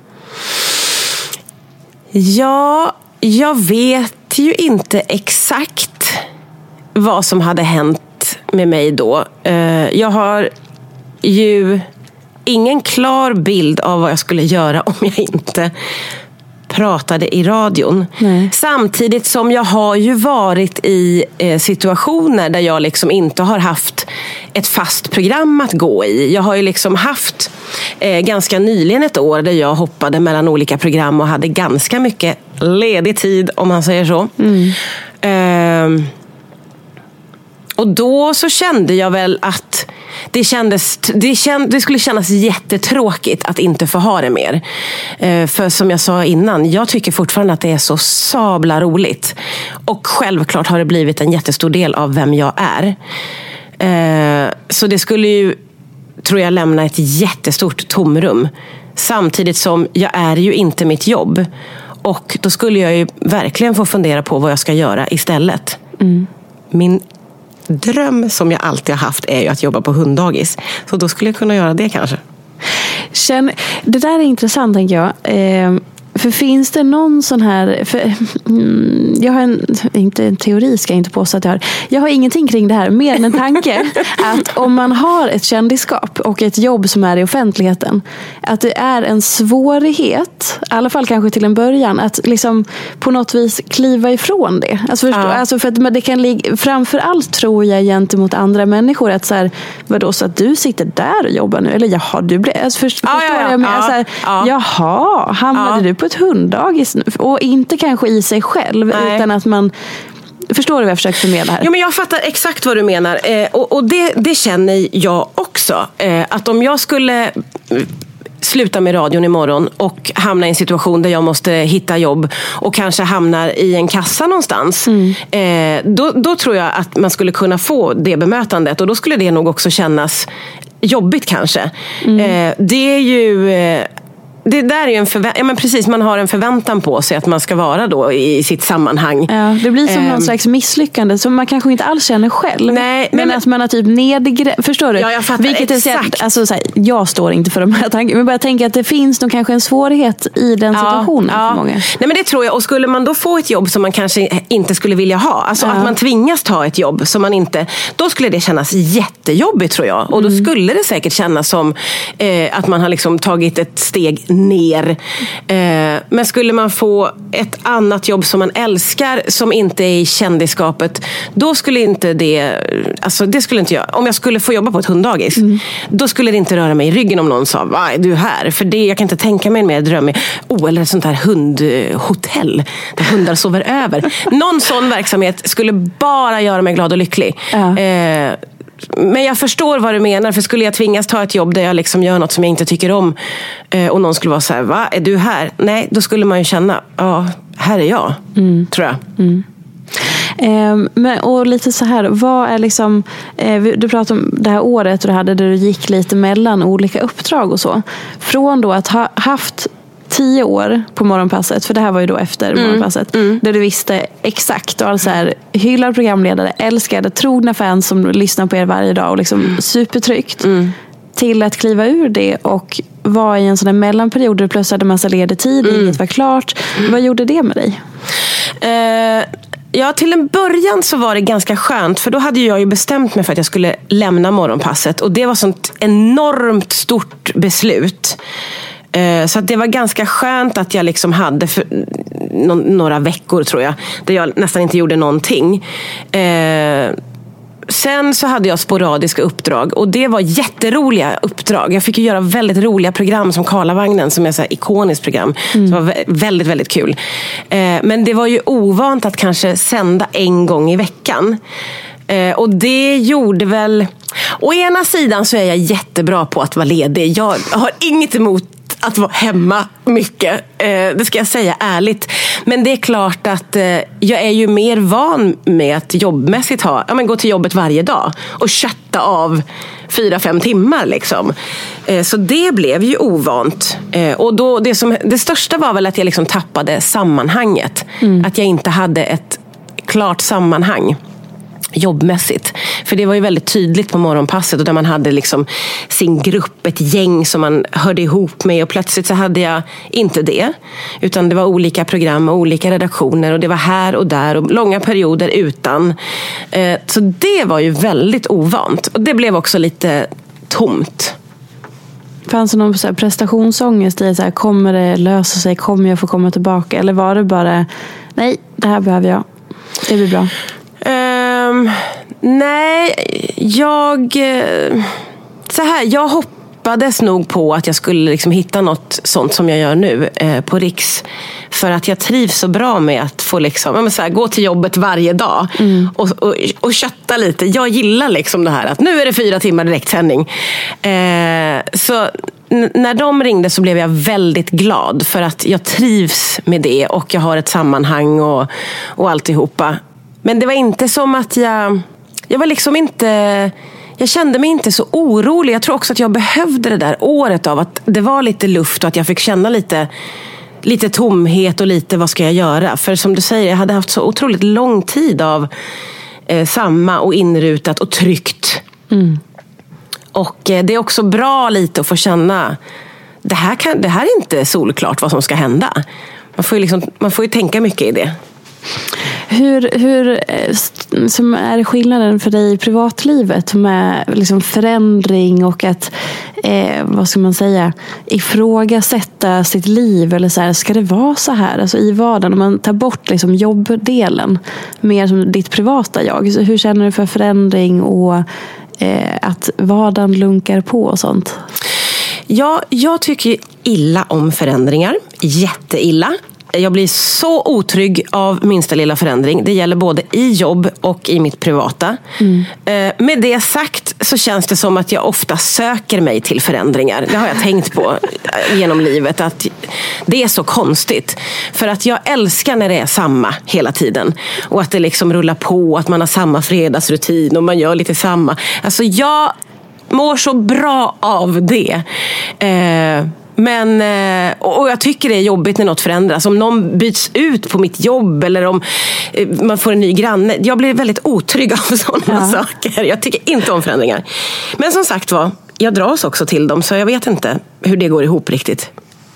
Ja, jag vet ju inte exakt vad som hade hänt med mig då. Jag har ju ingen klar bild av vad jag skulle göra om jag inte pratade i radion. Nej. Samtidigt som jag har ju varit i eh, situationer där jag liksom inte har haft ett fast program att gå i. Jag har ju liksom haft eh, ganska nyligen ett år där jag hoppade mellan olika program och hade ganska mycket ledig tid, om man säger så. Mm. Eh, och då så kände jag väl att Det, kändes, det, känd, det skulle kännas jättetråkigt att inte få ha det mer. Eh, för som jag sa innan, jag tycker fortfarande att det är så sabla roligt. Och självklart har det blivit en jättestor del av vem jag är. Eh, så det skulle ju, tror jag, lämna ett jättestort tomrum. Samtidigt som jag är ju inte mitt jobb. Och då skulle jag ju verkligen få fundera på vad jag ska göra istället. Mm. Min dröm som jag alltid har haft är ju att jobba på hunddagis. Så då skulle jag kunna göra det kanske. Känn, det där är intressant, tänker jag. Eh, för finns det någon sån här... För, mm, jag har en... Inte en teori ska jag inte påstå att jag har. Jag har ingenting kring det här, mer än en tanke. Att om man har ett kändisskap och ett jobb som är i offentligheten, att det är en svårighet, i alla fall kanske till en början, att liksom på något vis kliva ifrån det. Alltså, förstå, ja. alltså för att det kan ligga, framförallt tror jag gentemot andra människor, att så här, vadå, så att du sitter där och jobbar nu? Eller jaha, du blev... Alltså, först, ja, förstår ja, ja. jag? Men, ja, så här, ja. Jaha, hamnade ja. du på ett hunddagis? Och inte kanske i sig själv, nej. Utan att man... Förstår du vad jag försöker förmedla här? Jo, men jag fattar exakt vad du menar. Eh, och och det, det känner jag också. Eh, att om jag skulle sluta med radion imorgon och hamna i en situation där jag måste hitta jobb och kanske hamnar i en kassa någonstans. Mm. Eh, då, då tror jag att man skulle kunna få det bemötandet, och då skulle det nog också kännas jobbigt kanske. Mm. Eh, det är ju... Eh, Det där är ju en förvä- ja, men precis, man har en förväntan på sig att man ska vara då i sitt sammanhang. Ja, det blir som um, någon slags misslyckande som man kanske inte alls känner själv. Nej, men, men att man har typ nedgrä- förstår du? Ja, jag fattar. Vilket Exakt. Är, alltså, så här, jag står inte för de här tankarna, men bara tänker att det finns nog kanske en svårighet i den situationen ja, ja. för många. Nej, men det tror jag. Och skulle man då få ett jobb som man kanske inte skulle vilja ha, alltså ja. att man tvingas ta ett jobb som man inte, då skulle det kännas jättejobbigt tror jag. Och då mm. skulle det säkert kännas som eh, att man har liksom tagit ett steg ner. Eh, men skulle man få ett annat jobb som man älskar, som inte är i kändisskapet, då skulle inte det, alltså det skulle inte jag, om jag skulle få jobba på ett hunddagis, mm. då skulle det inte röra mig i ryggen om någon sa, vad är du här? För det, jag kan inte tänka mig en mer drömmig, oh, eller ett sånt här hundhotell där hundar sover över. Någon sån verksamhet skulle bara göra mig glad och lycklig. Ja. Eh, Men jag förstår vad du menar, för skulle jag tvingas ta ett jobb där jag liksom gör något som jag inte tycker om, och någon skulle vara så här, va, är du här? Nej, då skulle man ju känna, ja, här är jag, mm. tror jag. Mm. Eh, men, och lite så här, vad är liksom, eh, du pratade om det här året du hade där du gick lite mellan olika uppdrag och så. Från då att ha haft tio år på morgonpasset, för det här var ju då efter mm. morgonpasset, mm. där du visste exakt och alltså här, hyllar programledare, älskade, trogna fans som lyssnar på er varje dag och liksom mm. supertryggt, mm. till att kliva ur det och vara i en sån här mellanperiod där du plötsligt hade massa ledig tid, mm. inget var klart. Mm. Vad gjorde det med dig? Uh... Ja, till en början så var det ganska skönt, för då hade jag ju bestämt mig för att jag skulle lämna morgonpasset, och det var sånt enormt stort beslut. Så att det var ganska skönt att jag liksom hade för några veckor, tror jag, där jag nästan inte gjorde någonting. Sen så hade jag sporadiska uppdrag, och det var jätteroliga uppdrag. Jag fick ju göra väldigt roliga program som Karlavagnen, som är så här ikoniskt program. Mm. Som var väldigt, väldigt kul. Men det var ju ovant att kanske sända en gång i veckan. Och det gjorde väl... Å ena sidan så är jag jättebra på att vara ledig. Jag har inget emot att vara hemma mycket, eh, det ska jag säga ärligt. Men det är klart att eh, jag är ju mer van med att jobbmässigt ha, ja, men gå till jobbet varje dag och chatta av fyra, fem timmar liksom. Eh, så det blev ju ovant. Eh, och då, det, som, det största var väl att jag liksom tappade sammanhanget. Mm. Att jag inte hade ett klart sammanhang jobbmässigt. För det var ju väldigt tydligt på morgonpasset, och där man hade liksom sin grupp, ett gäng som man hörde ihop med, och plötsligt så hade jag inte det, utan det var olika program och olika redaktioner, och det var här och där och långa perioder utan. Så det var ju väldigt ovant, och det blev också lite tomt. Fanns det någon så här prestationsångest i så här, kommer det lösa sig, kommer jag få komma tillbaka, eller var det bara, nej, det här behöver jag, det blir bra? Um, nej, jag så här, jag hoppades nog på att jag skulle liksom hitta något sånt som jag gör nu eh, på Riks, för att jag trivs så bra med att få liksom, men så här, gå till jobbet varje dag mm. och, och, och kötta lite. Jag gillar liksom det här att nu är det fyra timmar direktsändning. Eh, så n- när de ringde så blev jag väldigt glad, för att jag trivs med det och jag har ett sammanhang och, och alltihopa. Men det var inte som att jag... Jag var liksom inte... Jag kände mig inte så orolig. Jag tror också att jag behövde det där året av att det var lite luft och att jag fick känna lite, lite tomhet och lite vad ska jag göra. För som du säger, jag hade haft så otroligt lång tid av eh, samma och inrutat och tryggt. Mm. Och eh, det är också bra lite att få känna det här, kan, det här är inte solklart vad som ska hända. Man får ju, liksom, man får ju tänka mycket i det. Hur, hur som är skillnaden för dig i privatlivet med liksom förändring och att eh, vad ska man säga, ifrågasätta sitt liv, eller så här, ska det vara så här alltså i vardagen, om man tar bort liksom jobbdelen mer som ditt privata jag, så hur känner du för förändring och eh, att vardagen lunkar på och sånt? Ja, jag tycker illa om förändringar, jätteilla. jag blir så otrygg av minsta lilla förändring. Det gäller både i jobb och i mitt privata. Mm. Med det sagt så känns det som att jag ofta söker mig till förändringar. Det har jag tänkt på genom livet. Att det är så konstigt. För att jag älskar när det är samma hela tiden. Och att det liksom rullar på. Att man har samma fredagsrutin och man gör lite samma. Alltså jag mår så bra av det. Eh, Men, och jag tycker det är jobbigt när något förändras. Om någon byts ut på mitt jobb eller om man får en ny granne. Jag blir väldigt otrygg av sådana ja. saker. Jag tycker inte om förändringar. Men som sagt var, jag dras också till dem. Så jag vet inte hur det går ihop riktigt.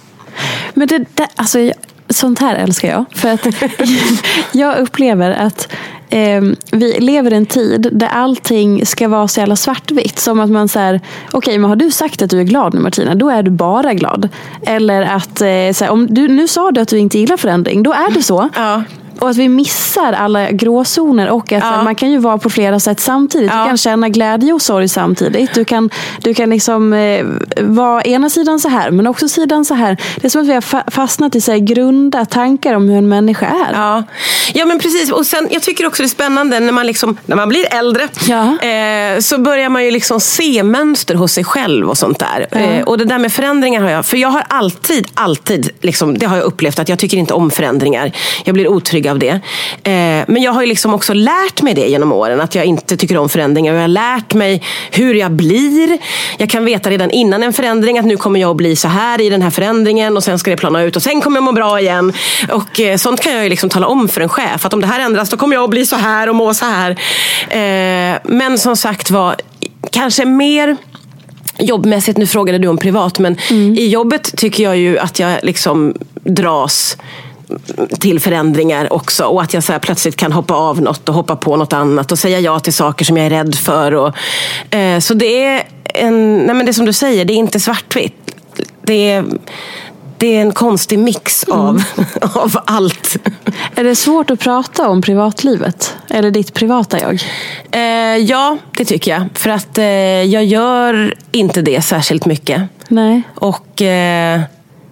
Men det, det alltså, sånt här älskar jag. För att jag upplever att Eh, vi lever i en tid där allting ska vara så jävla svartvitt. Som att man säger, okej, okay, men har du sagt att du är glad nu, Martina, då är du bara glad. Eller att, eh, så här, om du, nu sa du att du inte gillar förändring, då är det så. Ja. Och att vi missar alla gråzoner och att ja. man kan ju vara på flera sätt samtidigt. Ja. Du kan känna glädje och sorg samtidigt. Du kan, du kan liksom eh, vara ena sidan så här men också sidan så här. Det är som att vi har fa- fastnat i så här grunda tankar om hur en människa är. Ja, ja men precis. Och sen, jag tycker också det är spännande när man, liksom, när man blir äldre ja. eh, så börjar man ju liksom se mönster hos sig själv och sånt där. Ja. Eh, och det där med förändringar har jag, för jag har alltid, alltid, liksom, det har jag upplevt att jag tycker inte om förändringar. Jag blir otrygg av det. Eh, men jag har ju liksom också lärt mig det genom åren, att jag inte tycker om förändringar. Jag har lärt mig hur jag blir. Jag kan veta redan innan en förändring att nu kommer jag att bli så här i den här förändringen och sen ska det plana ut och sen kommer jag må bra igen. Och eh, sånt kan jag ju liksom tala om för en chef, att om det här ändras då kommer jag att bli så här och må så här. Eh, men som sagt var, kanske mer jobbmässigt, nu frågade du om privat, men mm. i jobbet tycker jag ju att jag liksom dras till förändringar också, och att jag så här plötsligt kan hoppa av något och hoppa på något annat och säga ja till saker som jag är rädd för och, eh, så det är en, nej men det som du säger, det är inte svartvitt, det är, det är en konstig mix av, mm. av allt. Är det svårt att prata om privatlivet? Eller ditt privata jag? Eh, ja, det tycker jag. För att eh, jag gör inte det särskilt mycket. Nej. Och eh,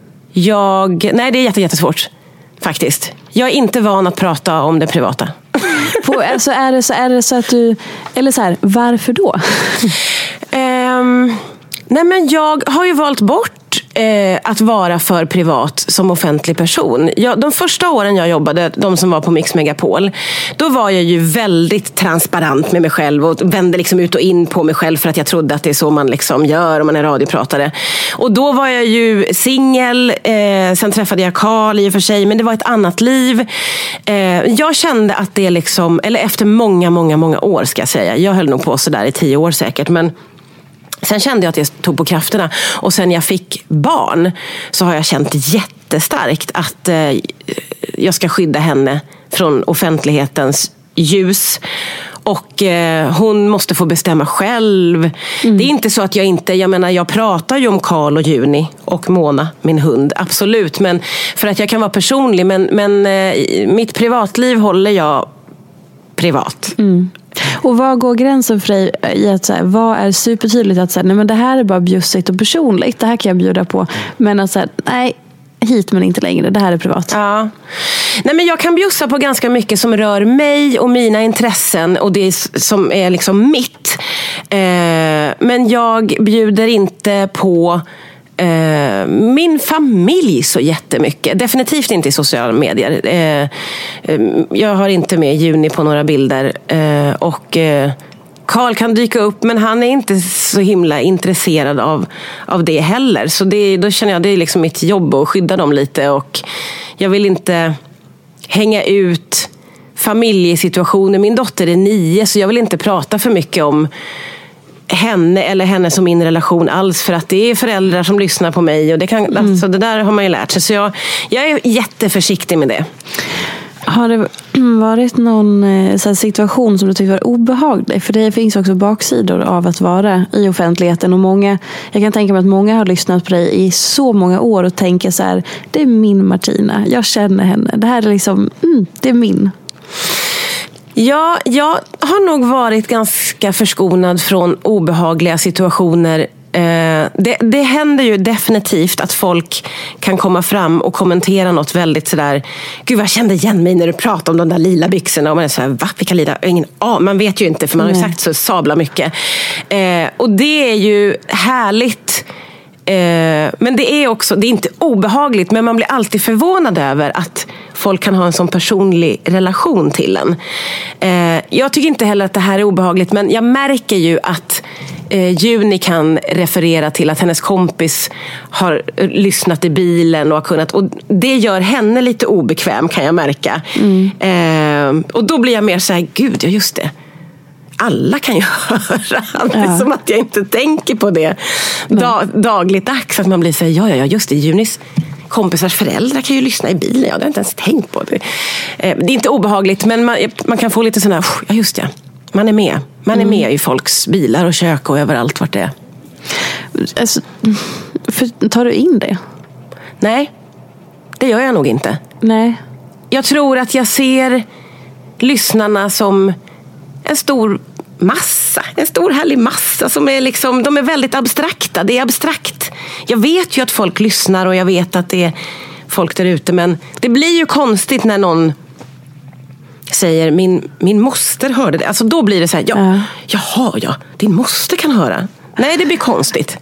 jag, nej det är jätte, jättesvårt. Faktiskt. Jag är inte van att prata om det privata. På, alltså är, det så, är det så att du... Eller så här, varför då? um, nej men jag har ju valt bort eh, att vara för privat som offentlig person. Jag, de första åren jag jobbade, de som var på Mix Megapol, då var jag ju väldigt transparent med mig själv och vände liksom ut och in på mig själv för att jag trodde att det är så man liksom gör om man är radiopratare. Och då var jag ju singel, eh, sen träffade jag Carl i och för sig, men det var ett annat liv. Eh, jag kände att det liksom, eller efter många, många, många år ska jag säga, jag höll nog på så där i tio år säkert, men sen kände jag att jag tog på krafterna. Och sen jag fick barn så har jag känt jättestarkt att eh, jag ska skydda henne från offentlighetens ljus. Och eh, hon måste få bestämma själv. Mm. Det är inte så att jag inte, jag menar jag pratar ju om Karl och Juni och Mona, min hund, absolut. Men för att jag kan vara personlig, men, men eh, mitt privatliv håller jag privat. Mm. Och vad går gränsen för dig i att så här, vad är supertydligt att så här, nej men det här är bara bjussigt och personligt, det här kan jag bjuda på, men att så här, nej, hit men inte längre, det här är privat. Ja. Nej men jag kan bjussa på ganska mycket som rör mig och mina intressen och det som är liksom mitt. Eh, men jag bjuder inte på Uh, min familj så jättemycket. Definitivt inte i sociala medier. Uh, uh, jag har inte med Juni på några bilder. Uh, och uh, Carl kan dyka upp, men han är inte så himla intresserad av, av det heller. Så det, då känner jag det är liksom mitt jobb att skydda dem lite. Och jag vill inte hänga ut familjesituationer. Min dotter är nio, så jag vill inte prata för mycket om henne eller henne som min relation alls, för att det är föräldrar som lyssnar på mig och det, kan, mm. alltså det där har man ju lärt sig, så jag, jag är jätteförsiktig med det. Har det varit någon så här, situation som du tycker var obehaglig? För det finns också baksidor av att vara i offentligheten, och många, jag kan tänka mig att många har lyssnat på dig i så många år och tänker så här, det är min Martina, jag känner henne, det här är liksom, mm, det är min. Ja, jag har nog varit ganska förskonad från obehagliga situationer Eh, det, det händer ju definitivt att folk kan komma fram och kommentera något väldigt sådär, gud jag kände igen mig när du pratade om de där lila byxorna, och man är såhär, va? Vilka lila? Ingen, ah, man vet ju inte, för man har ju sagt så sabla mycket. Eh, och det är ju härligt. Eh, men det är också, det är inte obehagligt, men man blir alltid förvånad över att folk kan ha en sån personlig relation till en. Eh, jag tycker inte heller att det här är obehagligt, men jag märker ju att eh, Juni kan referera till att hennes kompis har lyssnat i bilen och har kunnat, och det gör henne lite obekväm, kan jag märka. Mm. Eh, och då blir jag mer så här, gud, ja just det. Alla kan ju höra. Det är ja. som att jag inte tänker på det dag, dagligdags. Att man blir så här, ja, ja, just det, Junis kompisars föräldrar kan ju lyssna i bilen. Jag hade inte ens tänkt på det. Det är inte obehagligt, men man, man kan få lite sån här, ja just det, man är med. Man är mm. med i folks bilar och kök och överallt vart det är. Alltså, för, tar du in det? Nej, det gör jag nog inte. Nej. Jag tror att jag ser lyssnarna som en stor massa, en stor härlig massa som är liksom, de är väldigt abstrakta. Det är abstrakt. Jag vet ju att folk lyssnar och jag vet att det är folk där ute, men det blir ju konstigt när någon säger, min, min moster hörde det. Alltså då blir det så här, ja, ja. jaha, ja, din moster kan höra. Nej, det blir konstigt.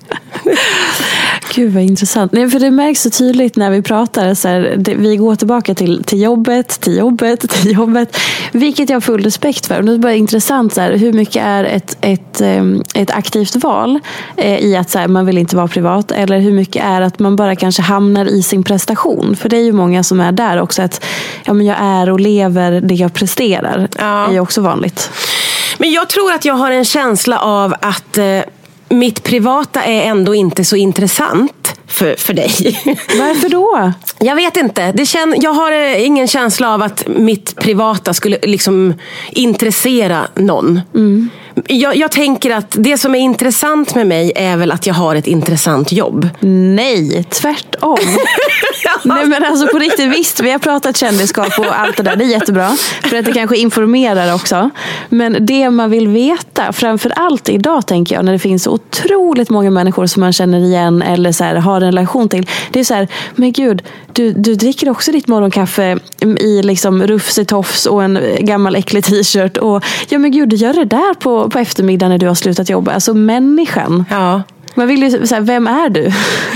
Gud vad intressant. Nej, för det märks så tydligt när vi pratar. Så här, det, vi går tillbaka till, till jobbet, till jobbet, till jobbet. Vilket jag har full respekt för. Och det är bara intressant så här, hur mycket är ett, ett, ett aktivt val eh, i att så här, man vill inte vara privat. Eller hur mycket är att man bara kanske hamnar i sin prestation. För det är ju många som är där också. Att ja, men jag är och lever det jag presterar. Ja. Är ju också vanligt. Men jag tror att jag har en känsla av att eh, mitt privata är ändå inte så intressant för, för dig. Varför då? Jag vet inte. Det kän, jag har ingen känsla av att mitt privata skulle liksom intressera någon. Mm. Jag, jag tänker att det som är intressant med mig är väl att jag har ett intressant jobb. Nej, tvärtom. Ja. Nej, men alltså på riktigt, visst, vi har pratat kändisskap och allt det där, det är jättebra. För att det kanske informerar också. Men det man vill veta, framför allt idag tänker jag, när det finns så otroligt många människor som man känner igen eller så här, har en relation till. Det är så här, men gud, du, du dricker också ditt morgonkaffe i liksom rufsig tofs och en gammal äcklig t-shirt. Och ja men gud, du gör det där på, på eftermiddagen när du har slutat jobba. Alltså människan. Ja. Man vill ju säga, vem är du?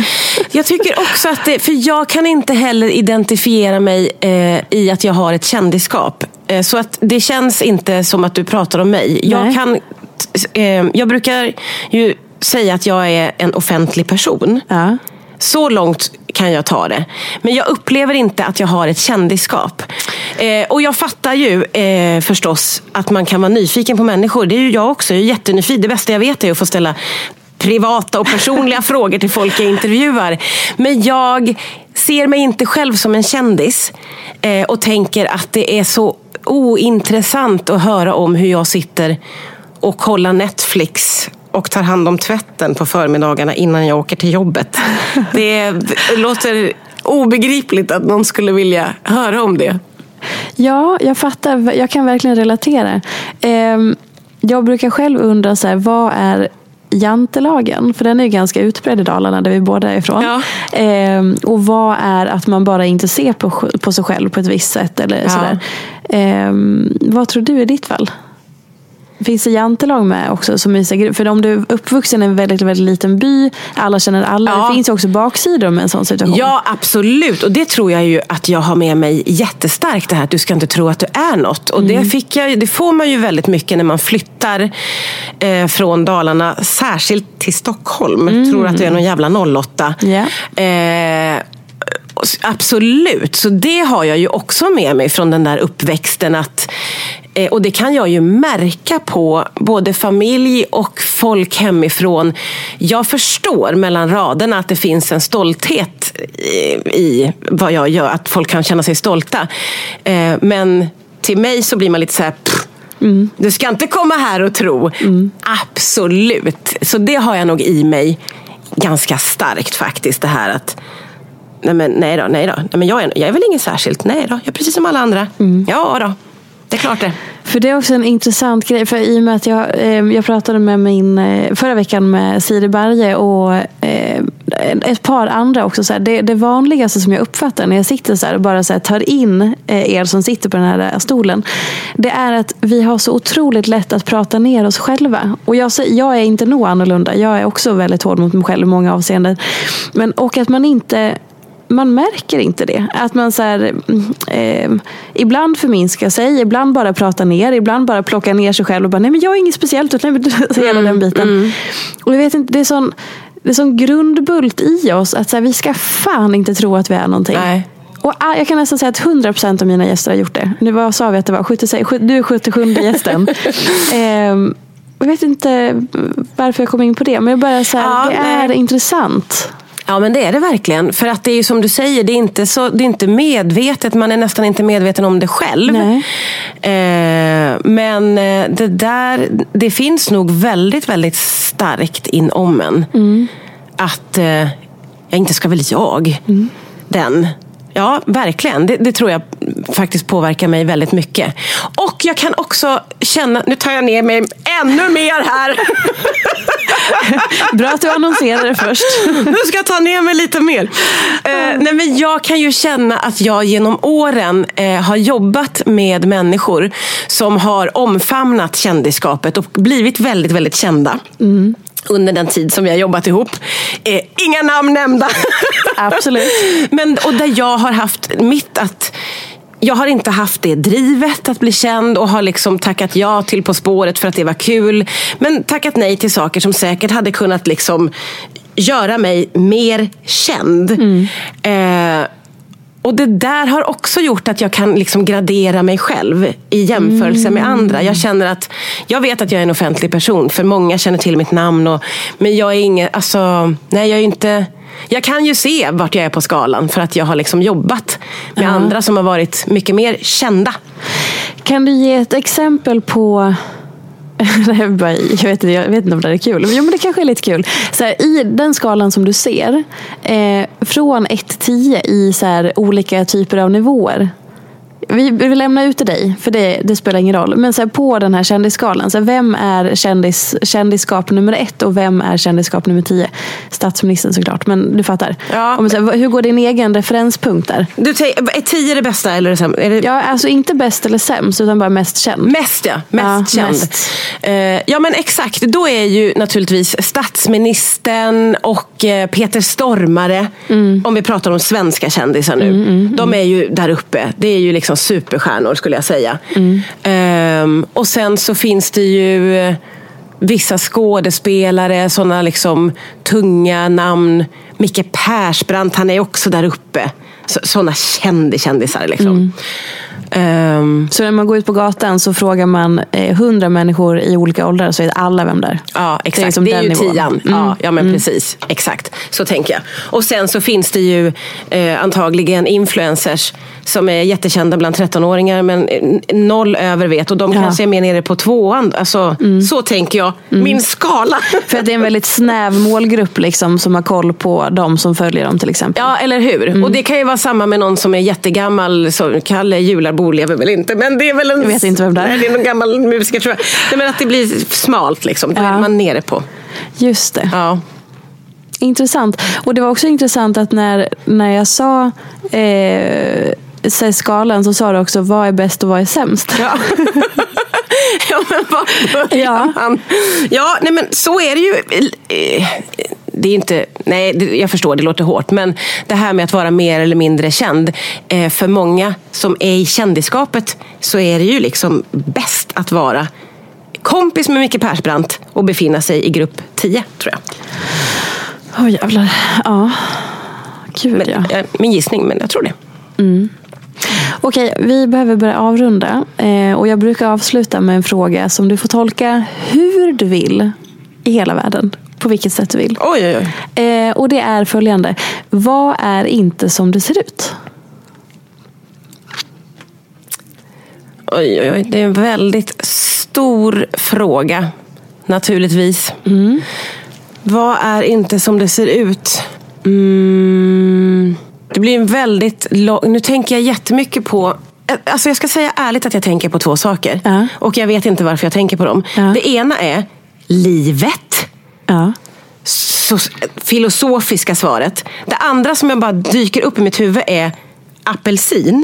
Jag tycker också att det, för jag kan inte heller identifiera mig eh, i att jag har ett kändisskap. Eh, så att det känns inte som att du pratar om mig. Jag kan, eh, jag brukar ju säga att jag är en offentlig person. Ja. Så långt kan jag ta det. Men jag upplever inte att jag har ett kändisskap. Eh, och jag fattar ju eh, förstås att man kan vara nyfiken på människor. Det är ju jag också. Jag är jättenyfiken. Det bästa jag vet är att få ställa privata och personliga frågor till folk jag intervjuar. Men jag ser mig inte själv som en kändis. Eh, och tänker att det är så ointressant att höra om hur jag sitter och kollar Netflix och tar hand om tvätten på förmiddagarna innan jag åker till jobbet. Det låter obegripligt att någon skulle vilja höra om det. Ja, jag fattar. Jag kan verkligen relatera. Jag brukar själv undra så här, vad är jantelagen? För den är ju ganska utbredd i Dalarna där vi båda är ifrån. Ja. Och vad är att man bara inte ser på, på sig själv på ett visst sätt eller ja. sådär. Vad tror du i ditt fall? Finns det jantelag med också? Som är, för om du är uppvuxen i en väldigt, väldigt liten by, alla känner alla, ja. Det finns också baksidor med en sån situation. Ja, absolut. Och det tror jag ju att jag har med mig jättestarkt, det här att du ska inte tro att du är något. Och mm. det, fick jag, det får man ju väldigt mycket när man flyttar eh, från Dalarna, särskilt till Stockholm. Mm. Tror att du är någon jävla noll åtta. Yeah. Eh, absolut. Så det har jag ju också med mig från den där uppväxten att och det kan jag ju märka på både familj och folk hemifrån. Jag förstår mellan raderna att det finns en stolthet i, i vad jag gör. Att folk kan känna sig stolta. Eh, men till mig så blir man lite så här... Pff, mm. Du ska inte komma här och tro. Mm. Absolut. Så det har jag nog i mig ganska starkt faktiskt. Det här att... Nej, men, nej då, nej då. Nej, men jag, är, jag är väl ingen särskilt. Nej då, jag är precis som alla andra. Mm. Ja då. Det är klart det. För det är också en intressant grej. För i och med att jag, eh, jag pratade med min eh, förra veckan med Siri Berge och eh, ett par andra också. Så här, det, det vanligaste som jag uppfattar när jag sitter så här och bara så här, tar in eh, er som sitter på den här stolen. Det är att vi har så otroligt lätt att prata ner oss själva. Och jag, jag är inte nog annorlunda. Jag är också väldigt hård mot mig själv i många avseenden. Men, och att man inte... Man märker inte det. Att man så här, eh, ibland förminskar sig, ibland bara pratar ner, ibland bara plockar ner sig själv och bara, nej men jag är inget speciellt, utan så hela mm, den biten. Mm. Och jag vet inte, det är sån, det är sån grundbult i oss att så här, vi ska fan inte tro att vi är någonting. Nej. Och jag kan nästan säga att hundra procent av mina gäster har gjort det. Nu var, sa vi att det var sjuttiosex, du är sjuttiosjunde gästen. eh, jag vet inte varför jag kom in på det, men jag bara så här, ja, det är nej. intressant. Ja, men det är det verkligen. För att det är ju som du säger, det är inte, så, det är inte medvetet. Man är nästan inte medveten om det själv. Nej. Eh, men det där, det finns nog väldigt, väldigt starkt inom en. Mm. Att eh, jag inte ska väl jag. Mm. Den. Ja, verkligen. Det, det tror jag faktiskt påverkar mig väldigt mycket. Och jag kan också känna... Nu tar jag ner mig ännu mer här. Bra att du annonserar det först. Nu ska jag ta ner mig lite mer. Uh, nej, men jag kan ju känna att jag genom åren uh, har jobbat med människor som har omfamnat kändisskapet och blivit väldigt, väldigt kända. Mm. Under den tid som vi har jobbat ihop. Eh, inga namn nämnda. Absolut. Men, och där jag har haft mitt att... Jag har inte haft det drivet att bli känd och har liksom tackat ja till På spåret för att det var kul. Men tackat nej till saker som säkert hade kunnat liksom göra mig mer känd. Mm. Eh, Och det där har också gjort att jag kan liksom gradera mig själv i jämförelse mm. med andra. Jag känner att, jag vet att jag är en offentlig person, för många känner till mitt namn. Och, men jag är ingen, alltså, nej jag är inte, jag kan ju se vart jag är på skalan för att jag har liksom jobbat med ja. andra som har varit mycket mer kända. Kan du ge ett exempel på... jag, vet, jag vet inte om det är kul, men, jo, men det kanske är lite kul. Så här, i den skalan som du ser, eh, från ett till tio i så här, olika typer av nivåer. Vi, vi lämnar ut till dig, för det, det spelar ingen roll. Men så här, på den här kändisskalan, så här, vem är kändis, kändisskap nummer ett och vem är kändisskap nummer tio? Statsministern såklart, men du fattar. Ja. Om, så här, hur går din egen referenspunkt där? Du, är tio det bästa eller det sämsta? Är det... Ja, alltså inte bäst eller sämst, utan bara mest känd. Mest, ja. Mest ja, känd. Mest. Uh, ja, men exakt. Då är ju naturligtvis statsministern och uh, Peter Stormare, mm. om vi pratar om svenska kändisar nu. Mm, mm, de är ju där uppe. Det är ju liksom superstjärnor skulle jag säga. Mm. Um, och sen så finns det ju vissa skådespelare, sådana liksom tunga namn. Micke Persbrandt, han är också där uppe. Så, sådana kändisar liksom. Mm. Um, så när man går ut på gatan så frågar man hundra eh, människor i olika åldrar, så är alla vem där. Ja, exakt. Det är, liksom det är ju nivån. tian. Mm. Ja, ja, men mm. precis. Exakt. Så tänker jag. Och sen så finns det ju eh, antagligen influencers som är jättekända bland trettonåringar, men noll över vet. Och de ja. kanske är mer nere på tvåan. Alltså, mm. så tänker jag. Mm. Min skala. För att det är en väldigt snäv målgrupp liksom, som har koll på de som följer dem till exempel. Ja, eller hur? Mm. Och det kan ju vara samma med någon som är jättegammal, så Kalle Jularbo lever väl inte, men det är väl en... Jag vet inte vem det är. Det är någon gammal musiker, tror jag. Nej, men att det blir smalt liksom. Då ja. är man nere på. Just det. Ja. Intressant. Och det var också intressant att när, när jag sa eh, skalan, så sa du också vad är bäst och vad är sämst. Ja. ja, men vad ja. Han? Ja, nej, men så är det ju. Det är inte, nej, jag förstår, det låter hårt, men det här med att vara mer eller mindre känd, eh, för många som är i kändiskapet, så är det ju liksom bäst att vara kompis med Micke Persbrandt och befinna sig i grupp tio, tror jag. Åh oh, jävlar, ja. Kul, men, ja. Min gissning, men jag tror det. Mm. Okej, vi behöver börja avrunda, eh, och jag brukar avsluta med en fråga som du får tolka hur du vill i hela världen. På vilket sätt du vill. Oj, oj, oj. Eh, och det är följande. Vad är inte som det ser ut? Oj, oj, oj. Det är en väldigt stor fråga. Naturligtvis. Mm. Vad är inte som det ser ut? Mm. Det blir en väldigt lång... Nu tänker jag jättemycket på Alltså jag ska säga ärligt att jag tänker på två saker. Ja. Och jag vet inte varför jag tänker på dem. Ja. Det ena är livet. Ja. Så filosofiska svaret. Det andra som jag bara dyker upp i mitt huvud är apelsin.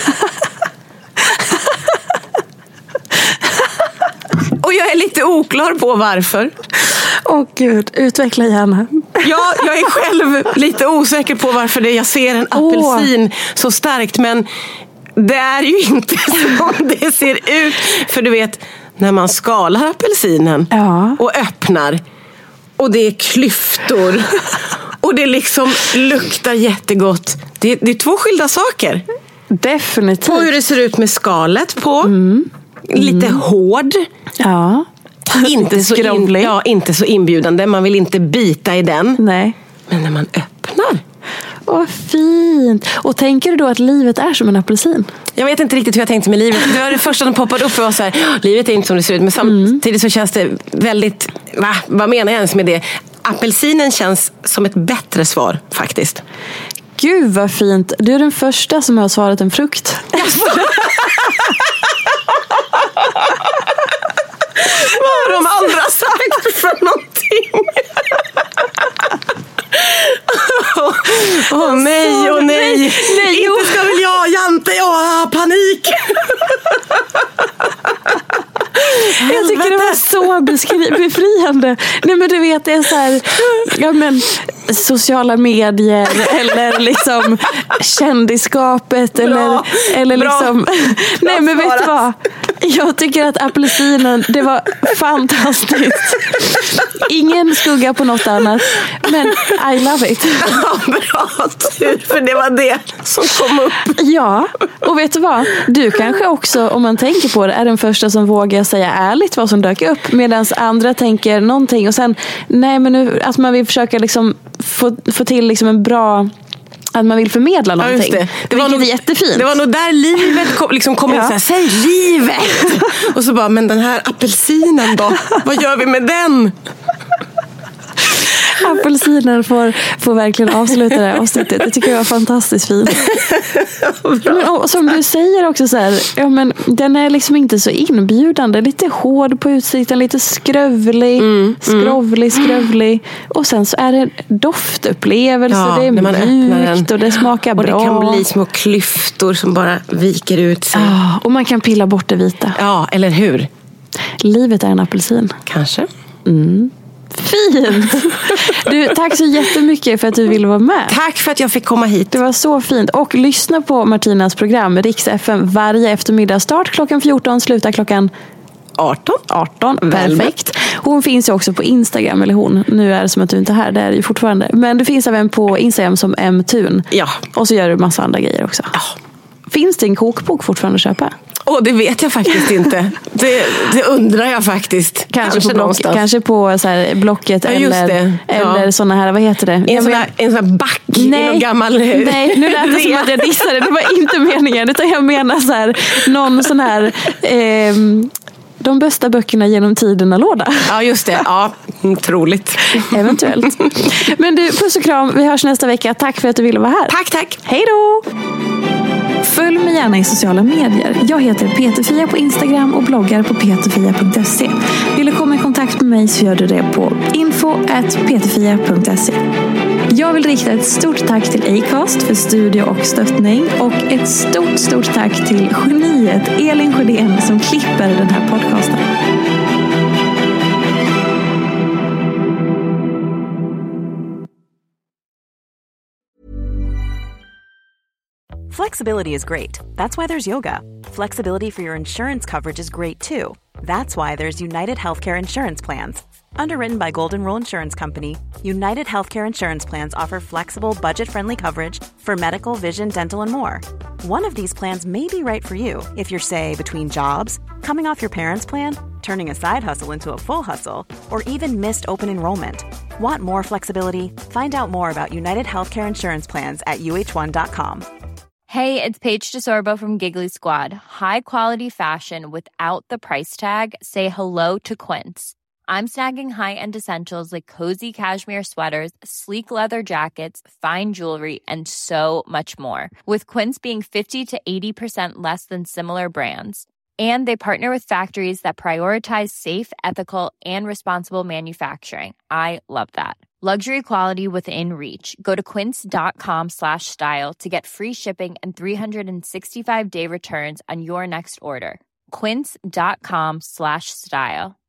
Och jag är lite oklar på varför. Åh gud, utveckla gärna. Ja, jag är själv lite osäker på varför det. Jag ser en apelsin oh. så starkt, men det är ju inte så det ser ut. För du vet, när man skalar apelsinen ja. och öppnar och det är klyftor och det liksom luktar jättegott. Det, det är två skilda saker. Definitivt. På hur det ser ut med skalet på. Mm. Lite mm. hård. Ja. Inte så, in, ja, inte så inbjudande. Man vill inte bita i den. Nej. Men när man öppnar. Åh, fint. Och tänker du då att livet är som en apelsin? Jag vet inte riktigt hur jag tänkte med livet. Det var det första som poppade upp och var så här, livet är inte som det ser ut. Men samtidigt mm. så känns det väldigt, va? Vad menar jag ens med det? Apelsinen känns som ett bättre svar faktiskt. Gud vad fint. Du är den första som har svarat en frukt. Vad har de andra sagt för någonting? Åh oh, nej, åh oh, nej. nej, nej Inte ska väl jag, Jante, jag har panik. Jag tycker det var så beskri- befriande. Nej men du vet, det är så här, ja men sociala medier eller liksom kändisskapet bra, eller, eller liksom nej men vet du vad? Jag tycker att apelsinen, det var fantastiskt. Ingen skugga på något annat. Men I love it. Ja, bra tur, för det var det som kom upp. Ja, och vet du vad? Du kanske också, om man tänker på det, är den första som vågar säga ärligt vad som dök upp. Medan andra tänker någonting och sen, nej men nu, att man vill försöka liksom få, få till liksom en bra... Att man vill förmedla någonting. Ja, det. Det var nog, jättefint. Det var nog där livet kom, liksom kom ja. in så här, säg livet! Och så bara, men den här apelsinen då? Vad gör vi med den? Apelsinen får, får verkligen avsluta det här avsnittet. Det tycker jag var fantastiskt fint. Men, och, som du säger också så här, ja, men den är liksom inte så inbjudande. Lite hård på utsikten, lite skrövlig, mm, skrovlig, mm. skrövlig. Och sen så är det doftupplevelse, ja, det är mjukt och det smakar och bra. Och det kan bli små klyftor som bara viker ut sig. Ja, och man kan pilla bort det vita. Ja, eller hur? Livet är en apelsin. Kanske. Mm. Fint! Du, tack så jättemycket för att du ville vara med. Tack för att jag fick komma hit. Det var så fint. Och lyssna på Martinas program Riks F M varje eftermiddag. Start klockan fjorton, sluta klockan arton. arton, perfekt. Hon finns ju också på Instagram, eller hon. Nu är det som att du inte är här, det är det ju fortfarande. Men du finns även på Instagram som M-tun. Ja. Och så gör du massa andra grejer också. Ja. Finns det en kokbok fortfarande att köpa? Åh, oh, det vet jag faktiskt inte. Det, det undrar jag faktiskt. Kanske, kanske på, block, kanske på så här, Blocket ja, eller, ja. eller såna här, vad heter det? En sån här, en sån här back nej, i någon gammal... Nej, nu lät det som att jag dissade. Det var inte meningen, utan jag menar så här, någon sån här... Eh, de bästa böckerna genom tiderna-låda. Ja, just det. Ja, troligt. Eventuellt. Men du, puss och kram. Vi hörs nästa vecka. Tack för att du ville vara här. Tack, tack. Hej då! Följ mig gärna i sociala medier. Jag heter Peterfia på Instagram och bloggar på peterfia punkt se. Vill du komma i kontakt med mig så gör du det på info at peterfia punkt se. Jag vill rikta ett stort tack till Acast för studio och stöttning och ett stort, stort tack till geniet Elin Sjödén som klipper den här podcasten. Flexibility is great. That's why there's yoga. Flexibility for your insurance coverage is great too. That's why there's United Healthcare Insurance Plans. Underwritten by Golden Rule Insurance Company, United Healthcare Insurance Plans offer flexible, budget-friendly coverage for medical, vision, dental, and more. One of these plans may be right for you if you're, say, between jobs, coming off your parents' plan, turning a side hustle into a full hustle, or even missed open enrollment. Want more flexibility? Find out more about United Healthcare Insurance Plans at U H one dot com. Hey, it's Paige DeSorbo from Giggly Squad. High quality fashion without the price tag. Say hello to Quince. I'm snagging high-end essentials like cozy cashmere sweaters, sleek leather jackets, fine jewelry, and so much more. With Quince being fifty to eighty percent less than similar brands. And they partner with factories that prioritize safe, ethical, and responsible manufacturing. I love that. Luxury quality within reach. Go to quince.com slash style to get free shipping and three sixty-five day returns on your next order. Quince.com slash style.